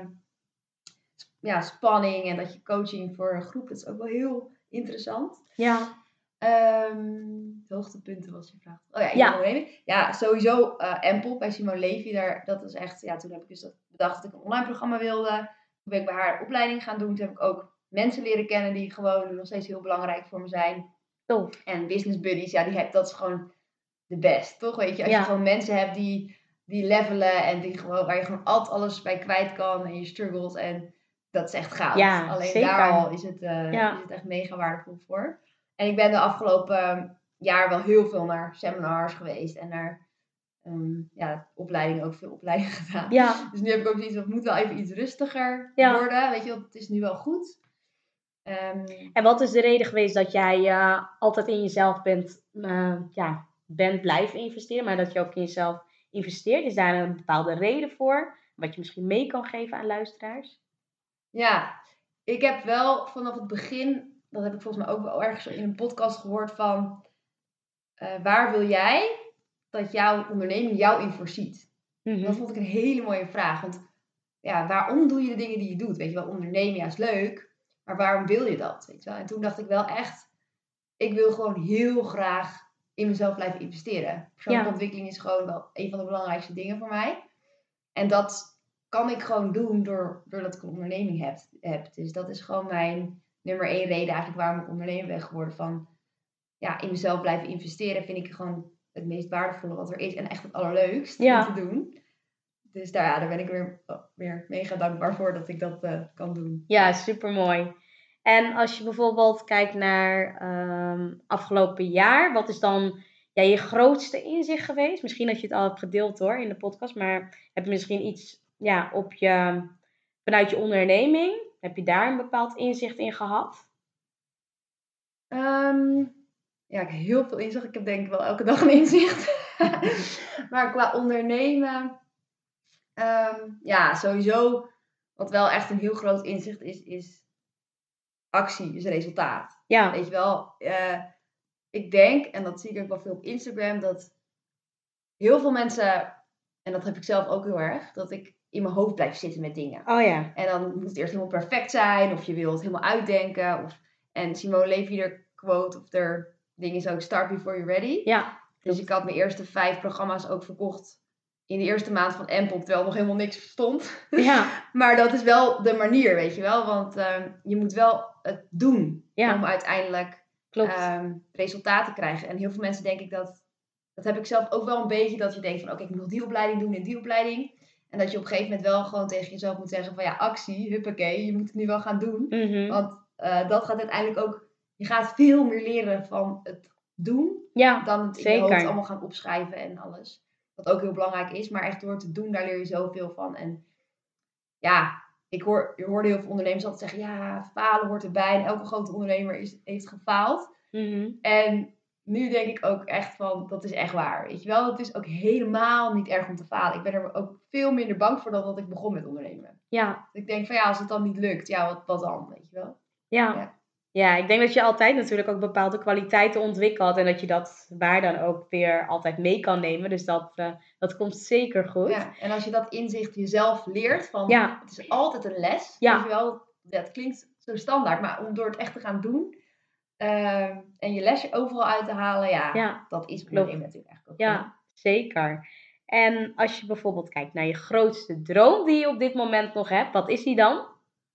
ja, spanning en dat je coaching voor een groep, dat is ook wel heel interessant. Ja. Um, de hoogtepunten was je vraag. Oh ja, ja. ja, sowieso uh, Empel bij Simone Levy. Daar, dat is echt, ja, toen heb ik dus dat bedacht dat ik een online programma wilde. Toen ben ik bij haar een opleiding gaan doen. Toen heb ik ook mensen leren kennen die gewoon nog steeds heel belangrijk voor me zijn. Oh. En business buddies, ja, die heb, dat is gewoon de best, toch? Weet je, als ja. je gewoon mensen hebt die, die levelen en die gewoon, waar je gewoon altijd alles bij kwijt kan en je struggles. En dat is echt goud. Ja, alleen zeker. daar al is het, uh, ja. is het echt mega waardevol voor. En ik ben de afgelopen jaar wel heel veel naar seminars geweest en naar um, ja, opleidingen, ook veel opleidingen gedaan. Ja. Dus nu heb ik ook zoiets van, het moet wel even iets rustiger ja. worden. Weet je wel, het is nu wel goed. Um, en wat is de reden geweest dat jij uh, altijd in jezelf bent, uh, ja, bent blijven investeren, maar dat je ook in jezelf investeert? Is daar een bepaalde reden voor? Wat je misschien mee kan geven aan luisteraars? Ja, ik heb wel vanaf het begin, dat heb ik volgens mij ook wel ergens in een podcast gehoord van, uh, waar wil jij dat jouw onderneming jou in voorziet? Mm-hmm. Dat vond ik een hele mooie vraag. Want ja, waarom doe je de dingen die je doet? Weet je wel, ondernemen, ja, is leuk. Maar waarom wil je dat? Weet je wel? En toen dacht ik wel echt, ik wil gewoon heel graag in mezelf blijven investeren. Persoonlijke ja. ontwikkeling is gewoon wel een van de belangrijkste dingen voor mij. En dat kan ik gewoon doen door, doordat ik een onderneming heb, heb. Dus dat is gewoon mijn nummer één reden eigenlijk waarom ik ondernemer ben geworden. Van ja, in mezelf blijven investeren vind ik gewoon het meest waardevolle wat er is. En echt het allerleukst ja. om te doen. Dus daar, ja, daar ben ik weer, weer mega dankbaar voor dat ik dat uh, kan doen. Ja, supermooi. En als je bijvoorbeeld kijkt naar um, afgelopen jaar, wat is dan ja, je grootste inzicht geweest? Misschien dat je het al hebt gedeeld hoor in de podcast, maar heb je misschien iets ja, op je, vanuit je onderneming, heb je daar een bepaald inzicht in gehad? Um, ja, ik heb heel veel inzicht. Ik heb denk ik wel elke dag een inzicht. Maar qua ondernemen, um, ja, sowieso, wat wel echt een heel groot inzicht is, is actie is resultaat. Ja. Weet je wel, uh, ik denk, en dat zie ik ook wel veel op Instagram, dat heel veel mensen, en dat heb ik zelf ook heel erg, dat ik in mijn hoofd blijf zitten met dingen. Oh ja. En dan moet het eerst helemaal perfect zijn, of je wilt het helemaal uitdenken. Of, en Simone Levy er quote, of er ding is ook, start before you're ready. Ja. Dus ik had mijn eerste vijf programma's ook verkocht in de eerste maand van Empel, terwijl nog helemaal niks stond. Ja. Maar dat is wel de manier, weet je wel. Want uh, je moet wel het doen ja. om uiteindelijk um, resultaten te krijgen. En heel veel mensen denk ik dat, dat heb ik zelf ook wel een beetje, dat je denkt van oké, okay, ik moet nog die opleiding doen en die opleiding. En dat je op een gegeven moment wel gewoon tegen jezelf moet zeggen van ja, actie, huppakee, je moet het nu wel gaan doen. Mm-hmm. Want uh, dat gaat uiteindelijk ook, je gaat veel meer leren van het doen, ja, dan het in zeker. je hoofd allemaal gaan opschrijven en alles. Wat ook heel belangrijk is, maar echt door te doen, daar leer je zoveel van. En ja, ik hoor, je hoorde heel veel ondernemers altijd zeggen, ja, falen hoort erbij. En elke grote ondernemer is, heeft gefaald. Mm-hmm. En nu denk ik ook echt van, dat is echt waar. Weet je wel, het is ook helemaal niet erg om te falen. Ik ben er ook veel minder bang voor dan dat ik begon met ondernemen. Ja. Dus ik denk van ja, als het dan niet lukt, ja, wat, wat dan, weet je wel. Ja. Ja. Ja, ik denk dat je altijd natuurlijk ook bepaalde kwaliteiten ontwikkelt. En dat je dat waar dan ook weer altijd mee kan nemen. Dus dat, uh, dat komt zeker goed. Ja, en als je dat inzicht jezelf leert, van Ja. het is altijd een les. Ja. Weet je wel, ja, het klinkt zo standaard, maar om door het echt te gaan doen uh, en je lesje overal uit te halen, ja, Ja. dat is Klopt. ondernemen natuurlijk eigenlijk ook. Ja, wel. zeker. En als je bijvoorbeeld kijkt naar je grootste droom die je op dit moment nog hebt, wat is die dan?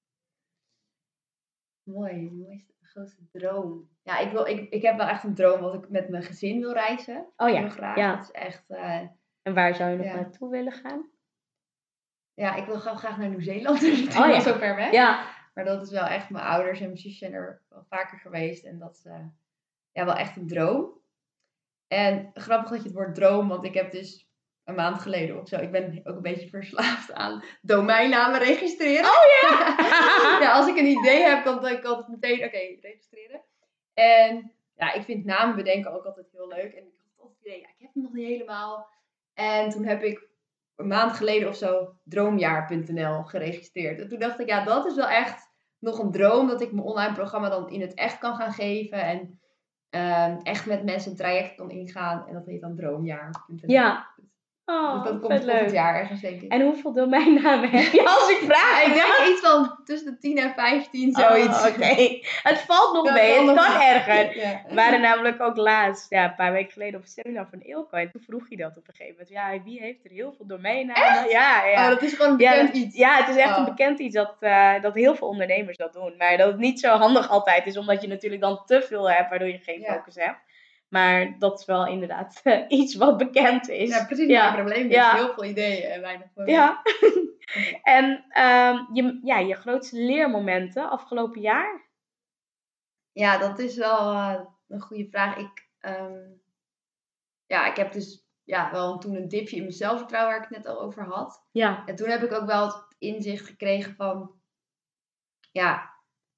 Mooi, de mooiste, de grootste droom. Ja, ik, wil, ik, ik heb wel echt een droom dat ik met mijn gezin wil reizen. Oh ja, Heel graag. ja. Dat is echt... Uh, En waar zou je nog ja. naartoe willen gaan? Ja, ik wil graag, graag naar Nieuw-Zeeland. Dat is natuurlijk Oh wel ja. zo ver weg. Ja. Maar dat is wel echt, mijn ouders en mijn zusje zijn er wel vaker geweest. En dat is uh, ja, wel echt een droom. En grappig dat je het woord droom, want ik heb dus een maand geleden of zo, ik ben ook een beetje verslaafd aan domeinnamen registreren. Oh ja! Ja, als ik een idee heb, dan denk ik altijd meteen, oké, okay, registreren. En ja, ik vind namen bedenken ook altijd heel leuk. En ik had altijd het idee, ja, ik heb hem nog niet helemaal. En toen heb ik een maand geleden of zo droomjaar punt n l geregistreerd. En toen dacht ik, ja, dat is wel echt nog een droom, dat ik mijn online programma dan in het echt kan gaan geven. En uh, echt met mensen een traject kan ingaan. En dat heet dan droomjaar punt n l. Ja. Oh, dus dat komt vet volgend leuk. jaar ergens, denk ik. En hoeveel domeinnamen heb je als ik vraag? Ja, ik denk iets van tussen de tien en vijftien, zoiets. Oh, oké. Okay. Het valt nog Dat mee, valt het nog kan mee. erger. Ja. We waren namelijk ook laatst, ja, een paar weken geleden op een seminar van Eelco. En toen vroeg je dat op een gegeven moment. Ja, wie heeft er heel veel domeinnamen? Echt? Ja, ja. Oh, dat is gewoon een bekend ja, iets. Ja, het is echt Oh. een bekend iets dat, uh, dat heel veel ondernemers dat doen. Maar dat het niet zo handig altijd is, omdat je natuurlijk dan te veel hebt, waardoor je geen Ja. focus hebt. Maar dat is wel inderdaad uh, iets wat bekend is. Ja, precies Ja. mijn probleem. Dus Ja. heel veel ideeën en weinig focus. Ja. En um, je, ja, je grootste leermomenten afgelopen jaar? Ja, dat is wel uh, een goede vraag. Ik, um, ja, ik heb dus ja, wel toen een dipje in mijn zelfvertrouwen waar ik het net al over had. Ja. En toen heb ik ook wel het inzicht gekregen van, ja,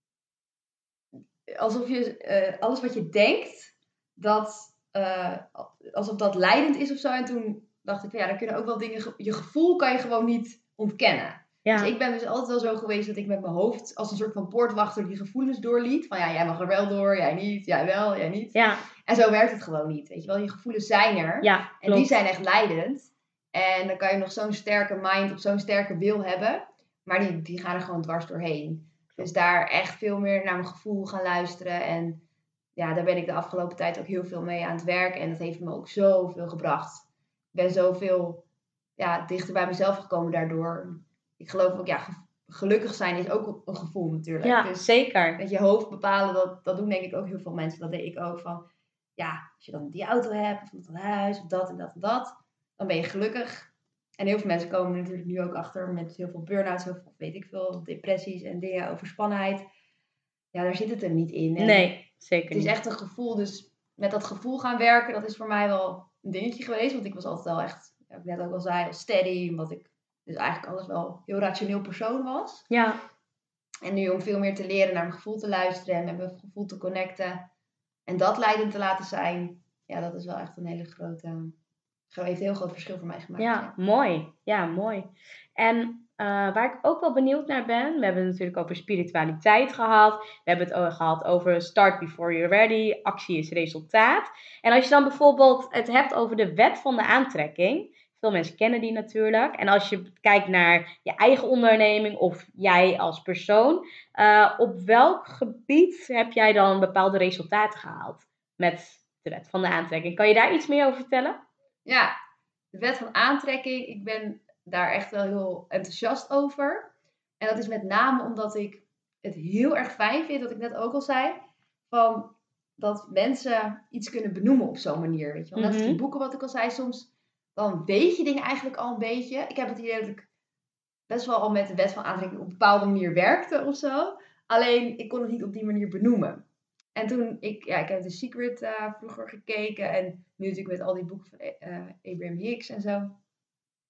alsof je uh, alles wat je denkt, dat, uh, alsof dat leidend is of zo. En toen dacht ik, ja, dan kunnen ook wel dingen, je gevoel kan je gewoon niet ontkennen. Ja. Dus ik ben dus altijd wel zo geweest dat ik met mijn hoofd als een soort van poortwachter die gevoelens doorliet. Van ja, jij mag er wel door, jij niet, jij wel, jij niet. Ja. En zo werkt het gewoon niet, weet je wel. Je gevoelens zijn er. Ja, en klopt. die zijn echt leidend. En dan kan je nog zo'n sterke mind of zo'n sterke wil hebben. Maar die, die gaan er gewoon dwars doorheen. Dus daar echt veel meer naar mijn gevoel gaan luisteren. En ja, daar ben ik de afgelopen tijd ook heel veel mee aan het werk. En dat heeft me ook zoveel gebracht. Ik ben zoveel ja, dichter bij mezelf gekomen daardoor. Ik geloof ook, ja, gelukkig zijn is ook een gevoel natuurlijk. Ja, dus zeker. met je hoofd bepalen, dat, dat doen denk ik ook heel veel mensen. Dat deed ik ook van, ja, als je dan die auto hebt, of dat huis, of dat en dat en dat, dan ben je gelukkig. En heel veel mensen komen er natuurlijk nu ook achter met heel veel burn-outs, heel veel, weet ik veel, depressies en dingen, overspannenheid. Ja, daar zit het er niet in. En nee, zeker het is niet. echt een gevoel, dus met dat gevoel gaan werken, dat is voor mij wel een dingetje geweest. Want ik was altijd wel echt, ja, ik net ook al zei, steady, omdat ik dus eigenlijk alles wel heel rationeel persoon was. Ja. En nu om veel meer te leren naar mijn gevoel te luisteren en met mijn gevoel te connecten. En dat leidend te laten zijn. Ja, dat is wel echt een hele grote, heeft een heel groot verschil voor mij gemaakt. Ja, Ja, mooi. Ja, mooi. En uh, waar ik ook wel benieuwd naar ben, we hebben het natuurlijk over spiritualiteit gehad. We hebben het ook gehad over start before you're ready, actie is resultaat. En als je dan bijvoorbeeld het hebt over de wet van de aantrekking. Veel mensen kennen die natuurlijk. En als je kijkt naar je eigen onderneming of jij als persoon. Uh, op welk gebied heb jij dan bepaalde resultaten gehaald met de wet van de aantrekking? Kan je daar iets meer over vertellen? Ja, de wet van aantrekking. Ik ben daar echt wel heel enthousiast over. En dat is met name omdat ik het heel erg fijn vind, wat ik net ook al zei. Van dat mensen iets kunnen benoemen op zo'n manier. Weet je wel? Net als die boeken wat ik al zei, soms dan weet je dingen eigenlijk al een beetje. Ik heb het idee dat ik best wel al met de wet van aantrekking op een bepaalde manier werkte of zo. Alleen, ik kon het niet op die manier benoemen. En toen, ik, ja, ik heb The Secret uh, vroeger gekeken. En nu natuurlijk met al die boeken van uh, Abraham Hicks en zo.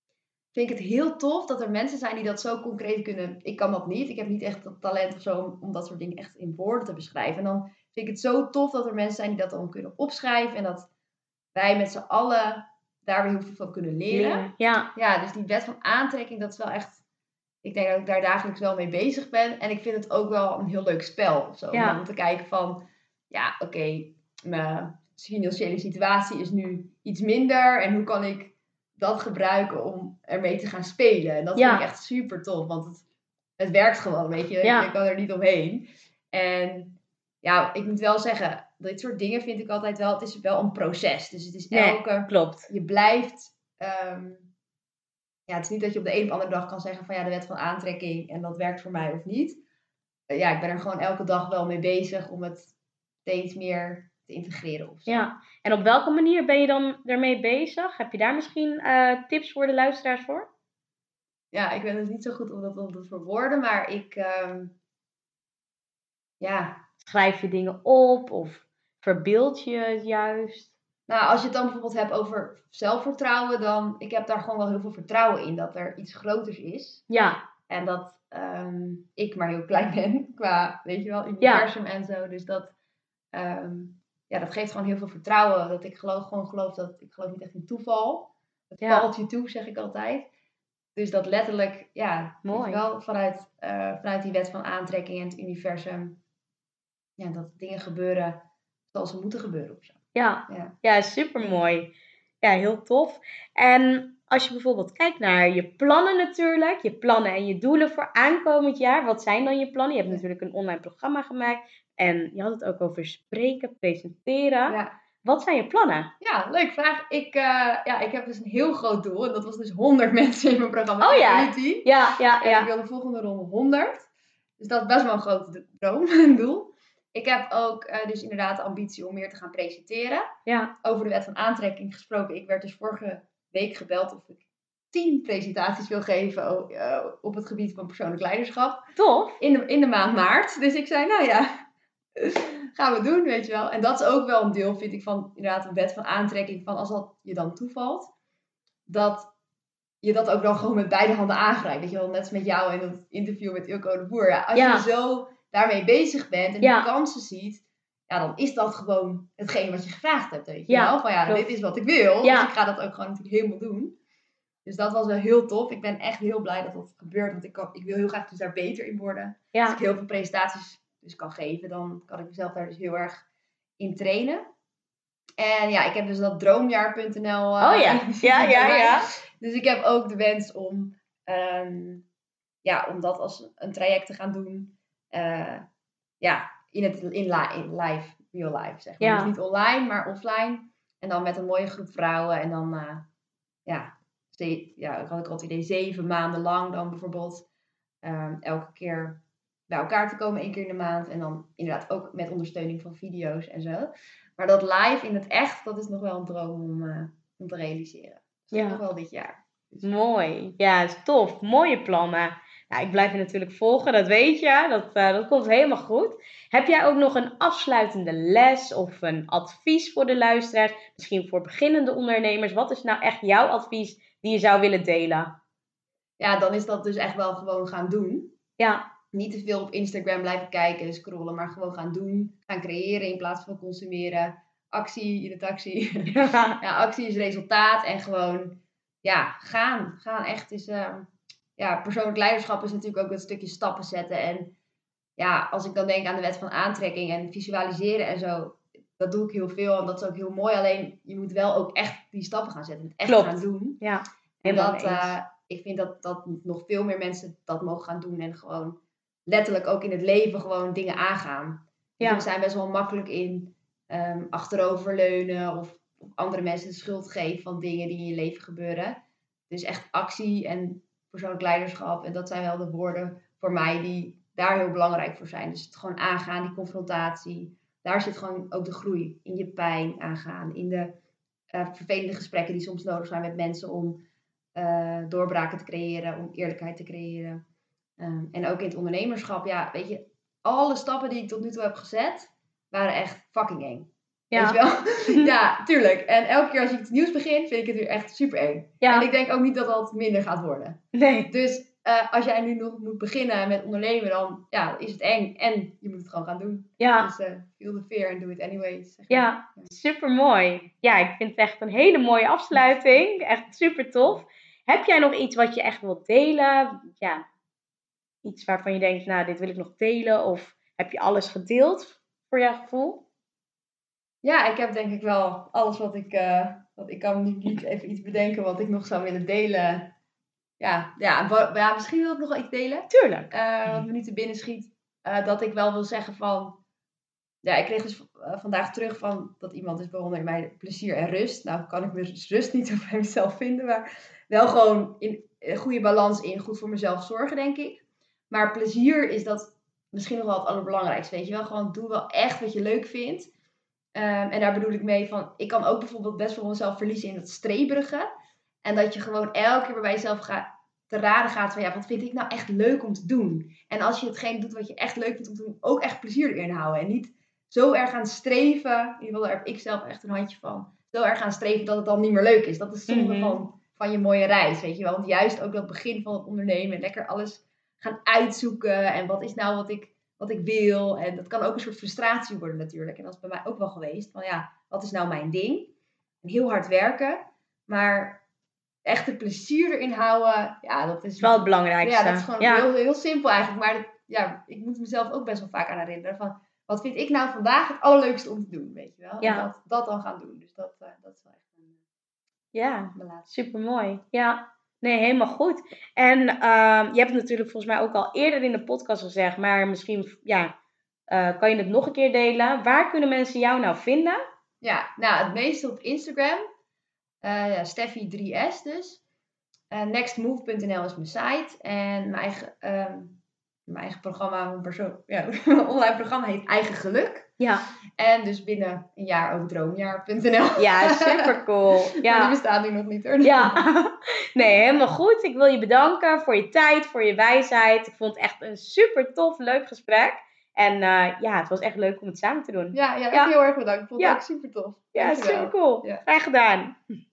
vind ik het heel tof dat er mensen zijn die dat zo concreet kunnen. Ik kan dat niet. Ik heb niet echt het talent of zo om, om dat soort dingen echt in woorden te beschrijven. En dan vind ik het zo tof dat er mensen zijn die dat dan kunnen opschrijven. En dat wij met z'n allen daar weer heel veel van kunnen leren. Leren, ja. Ja, dus die wet van aantrekking, dat is wel echt... Ik denk dat ik daar dagelijks wel mee bezig ben. En ik vind het ook wel een heel leuk spel. Of zo, Ja. om te kijken van... Ja, oké, okay, mijn financiële situatie is nu iets minder. En hoe kan ik dat gebruiken om ermee te gaan spelen? En dat Ja. vind ik echt super tof. Want het, het werkt gewoon, weet je. Ja. Je kan er niet omheen. En ja, ik moet wel zeggen... Dit soort dingen vind ik altijd wel... Het is wel een proces. Dus het is Nee, elke... klopt. Je blijft... Um, ja, het is niet dat je op de een of andere dag kan zeggen van ja, de wet van aantrekking en dat werkt voor mij of niet. Uh, ja, ik ben er gewoon elke dag wel mee bezig om het steeds meer te integreren. Of zo. Ja, en op welke manier ben je dan ermee bezig? Heb je daar misschien uh, tips voor de luisteraars voor? Ja, ik ben dus niet zo goed om dat, om dat verwoorden, maar ik, um, ja. Schrijf je dingen op of verbeeld je het juist? Nou, als je het dan bijvoorbeeld hebt over zelfvertrouwen, dan, ik heb daar gewoon wel heel veel vertrouwen in dat er iets groters is. Ja. En dat um, ik maar heel klein ben qua, weet je wel, universum ja. en zo. Dus dat, um, ja, dat geeft gewoon heel veel vertrouwen. Dat ik geloof, gewoon geloof dat, ik geloof niet echt in toeval. Het ja. valt je toe, zeg ik altijd. Dus dat letterlijk, ja, mooi. Weet je wel, vanuit, uh, vanuit die wet van aantrekking en het universum, ja, dat dingen gebeuren zoals ze moeten gebeuren of zo. Ja, ja. ja supermooi. Ja, heel tof. En als je bijvoorbeeld kijkt naar je plannen natuurlijk, je plannen en je doelen voor aankomend jaar, wat zijn dan je plannen? Je hebt natuurlijk een online programma gemaakt en je had het ook over spreken, presenteren. Ja. Wat zijn je plannen? Ja, leuke vraag. Ik, uh, ja, ik heb dus een heel groot doel en dat was dus honderd mensen in mijn programma. Oh ja, ja, ja, en ja. ik wil de volgende ronde honderd. Dus dat is best wel een groot droom, een doel. Ik heb ook uh, dus inderdaad de ambitie om meer te gaan presenteren. Ja. Over de wet van aantrekking gesproken. Ik werd dus vorige week gebeld of ik tien presentaties wil geven uh, op het gebied van persoonlijk leiderschap. Tof. In de, in de maand maart. Dus ik zei, nou ja, gaan we doen, weet je wel. En dat is ook wel een deel, vind ik, van inderdaad een wet van aantrekking. Van als dat je dan toevalt, dat je dat ook dan gewoon met beide handen aangrijpt. Weet je wel, net als met jou in het interview met Ilko de Boer. Ja, als ja. je zo daarmee bezig bent en ja. die kansen ziet, ja, dan is dat gewoon hetgeen wat je gevraagd hebt, weet je ja, wel. Van ja, klopt. dit is wat ik wil, ja. dus ik ga dat ook gewoon natuurlijk helemaal doen. Dus dat was wel heel tof. Ik ben echt heel blij dat dat gebeurt, want ik, kan, ik wil heel graag dus daar beter in worden. Ja. Als ik heel veel presentaties dus kan geven, dan kan ik mezelf daar dus heel erg in trainen. En ja, ik heb dus dat droomjaar punt n l. Uh, oh ja, ja, ja, ja. Dus ik heb ook de wens om, um, ja, om dat als een traject te gaan doen. Uh, ja, in het in, li- in live, real life, zeg maar. Ja. Dus niet online, maar offline. En dan met een mooie groep vrouwen. En dan, uh, ja, ze- ja, ik had ook al het idee, zeven maanden lang dan bijvoorbeeld um, elke keer bij elkaar te komen, één keer in de maand. En dan inderdaad ook met ondersteuning van video's en zo. Maar dat live in het echt, dat is nog wel een droom om, uh, om te realiseren. Dus ja. Nog wel dit jaar. Dus. Mooi. Ja, is tof. Mooie plannen. Nou, ik blijf je natuurlijk volgen, dat weet je. Dat, uh, dat komt helemaal goed. Heb jij ook nog een afsluitende les of een advies voor de luisteraars? Misschien voor beginnende ondernemers. Wat is nou echt jouw advies die je zou willen delen? Ja, dan is dat dus echt wel gewoon gaan doen. Ja. Niet te veel op Instagram blijven kijken en scrollen, maar gewoon gaan doen. Gaan creëren in plaats van consumeren. Actie in de taxi. Ja, ja, actie is resultaat en gewoon, ja, gaan. Gaan echt is, uh, ja, persoonlijk leiderschap is natuurlijk ook dat stukje stappen zetten. En ja, als ik dan denk aan de wet van aantrekking en visualiseren en zo, dat doe ik heel veel en dat is ook heel mooi. Alleen, je moet wel ook echt die stappen gaan zetten. Echt Klopt. gaan doen. Ja, en dat, uh, ik vind dat, dat nog veel meer mensen dat mogen gaan doen en gewoon letterlijk ook in het leven gewoon dingen aangaan. Dus ja. we zijn best wel makkelijk in um, achteroverleunen of, of andere mensen de schuld geven van dingen die in je leven gebeuren. Dus echt actie en persoonlijk leiderschap. En dat zijn wel de woorden voor mij die daar heel belangrijk voor zijn. Dus het gewoon aangaan, die confrontatie. Daar zit gewoon ook de groei. In je pijn aangaan. In de uh, vervelende gesprekken die soms nodig zijn met mensen om uh, doorbraken te creëren. Om eerlijkheid te creëren. Um, en ook in het ondernemerschap, ja, weet je, alle stappen die ik tot nu toe heb gezet, waren echt fucking eng. Ja. Weet je wel? Ja, tuurlijk. En elke keer als ik iets nieuws begin, vind ik het weer echt super eng. Ja. En ik denk ook niet dat dat minder gaat worden. Nee. Dus uh, als jij nu nog moet beginnen met ondernemen, dan ja, is het eng. En je moet het gewoon gaan doen. Ja. Dus uh, feel the fear and do it anyway. Zeg Ja, ja, super mooi. Ja, ik vind het echt een hele mooie afsluiting. Echt super tof. Heb jij nog iets wat je echt wilt delen? Ja, iets waarvan je denkt, nou, dit wil ik nog delen. Of heb je alles gedeeld voor jouw gevoel? Ja, ik heb denk ik wel alles wat ik... Uh, wat ik kan nu niet even iets bedenken wat ik nog zou willen delen. Ja, ja, ja misschien wil ik nog wel iets delen. Tuurlijk. Uh, wat me nu te binnen schiet. Uh, dat ik wel wil zeggen van... Ja, ik kreeg dus uh, vandaag terug van dat iemand is bewonderd mij plezier en rust. Nou kan ik mijn rust niet op mezelf vinden. Maar wel gewoon in een goede balans in. Goed voor mezelf zorgen, denk ik. Maar plezier is dat misschien nog wel het allerbelangrijkste. Weet je wel, gewoon doe wel echt wat je leuk vindt. Um, en daar bedoel ik mee van, ik kan ook bijvoorbeeld best wel mezelf verliezen in dat streberige. En dat je gewoon elke keer bij jezelf gaat, te raden gaat van, ja, wat vind ik nou echt leuk om te doen? En als je hetgeen doet wat je echt leuk vindt om te doen, ook echt plezier erin houden. En niet zo erg gaan streven, in ieder geval daar heb ik zelf echt een handje van, zo erg gaan streven dat het dan niet meer leuk is. Dat is zonde mm-hmm. van, van je mooie reis, weet je wel. Want juist ook dat begin van het ondernemen en lekker alles gaan uitzoeken. En wat is nou wat ik... wat ik wil. En dat kan ook een soort frustratie worden natuurlijk. En dat is bij mij ook wel geweest. Van ja, wat is nou mijn ding? En heel hard werken. Maar echt het plezier erin houden. Ja, dat is wel het belangrijkste. Ja, dat is gewoon ja. heel, heel simpel eigenlijk. Maar dat, ja, ik moet mezelf ook best wel vaak aan herinneren. Van wat vind ik nou vandaag het allerleukste om te doen? Weet je wel? Ja. En dat, dat dan gaan doen. Dus dat, uh, dat is wel echt een... Ja, super mooi. Ja. Nee, helemaal goed. En uh, je hebt het natuurlijk volgens mij ook al eerder in de podcast gezegd, maar misschien ja, uh, kan je het nog een keer delen. Waar kunnen mensen jou nou vinden? Ja, nou het meeste op Instagram. Uh, ja, Steffi drie S dus. Uh, nextmove punt n l is mijn site. En mijn eigen, um, mijn eigen programma, mijn, persoon, ja, mijn online programma heet Eigen Geluk. Ja. En dus binnen een jaar ook droomjaar punt n l. Ja, super cool. Ja. Maar die bestaat nu nog niet hoor. Ja, nee, helemaal goed. Ik wil je bedanken voor je tijd, voor je wijsheid. Ik vond het echt een super tof, leuk gesprek. En uh, ja, het was echt leuk om het samen te doen. Ja, ja, ja. heel erg bedankt. Ik vond het ja. ook super tof. Ja, super cool. Ja. Graag gedaan.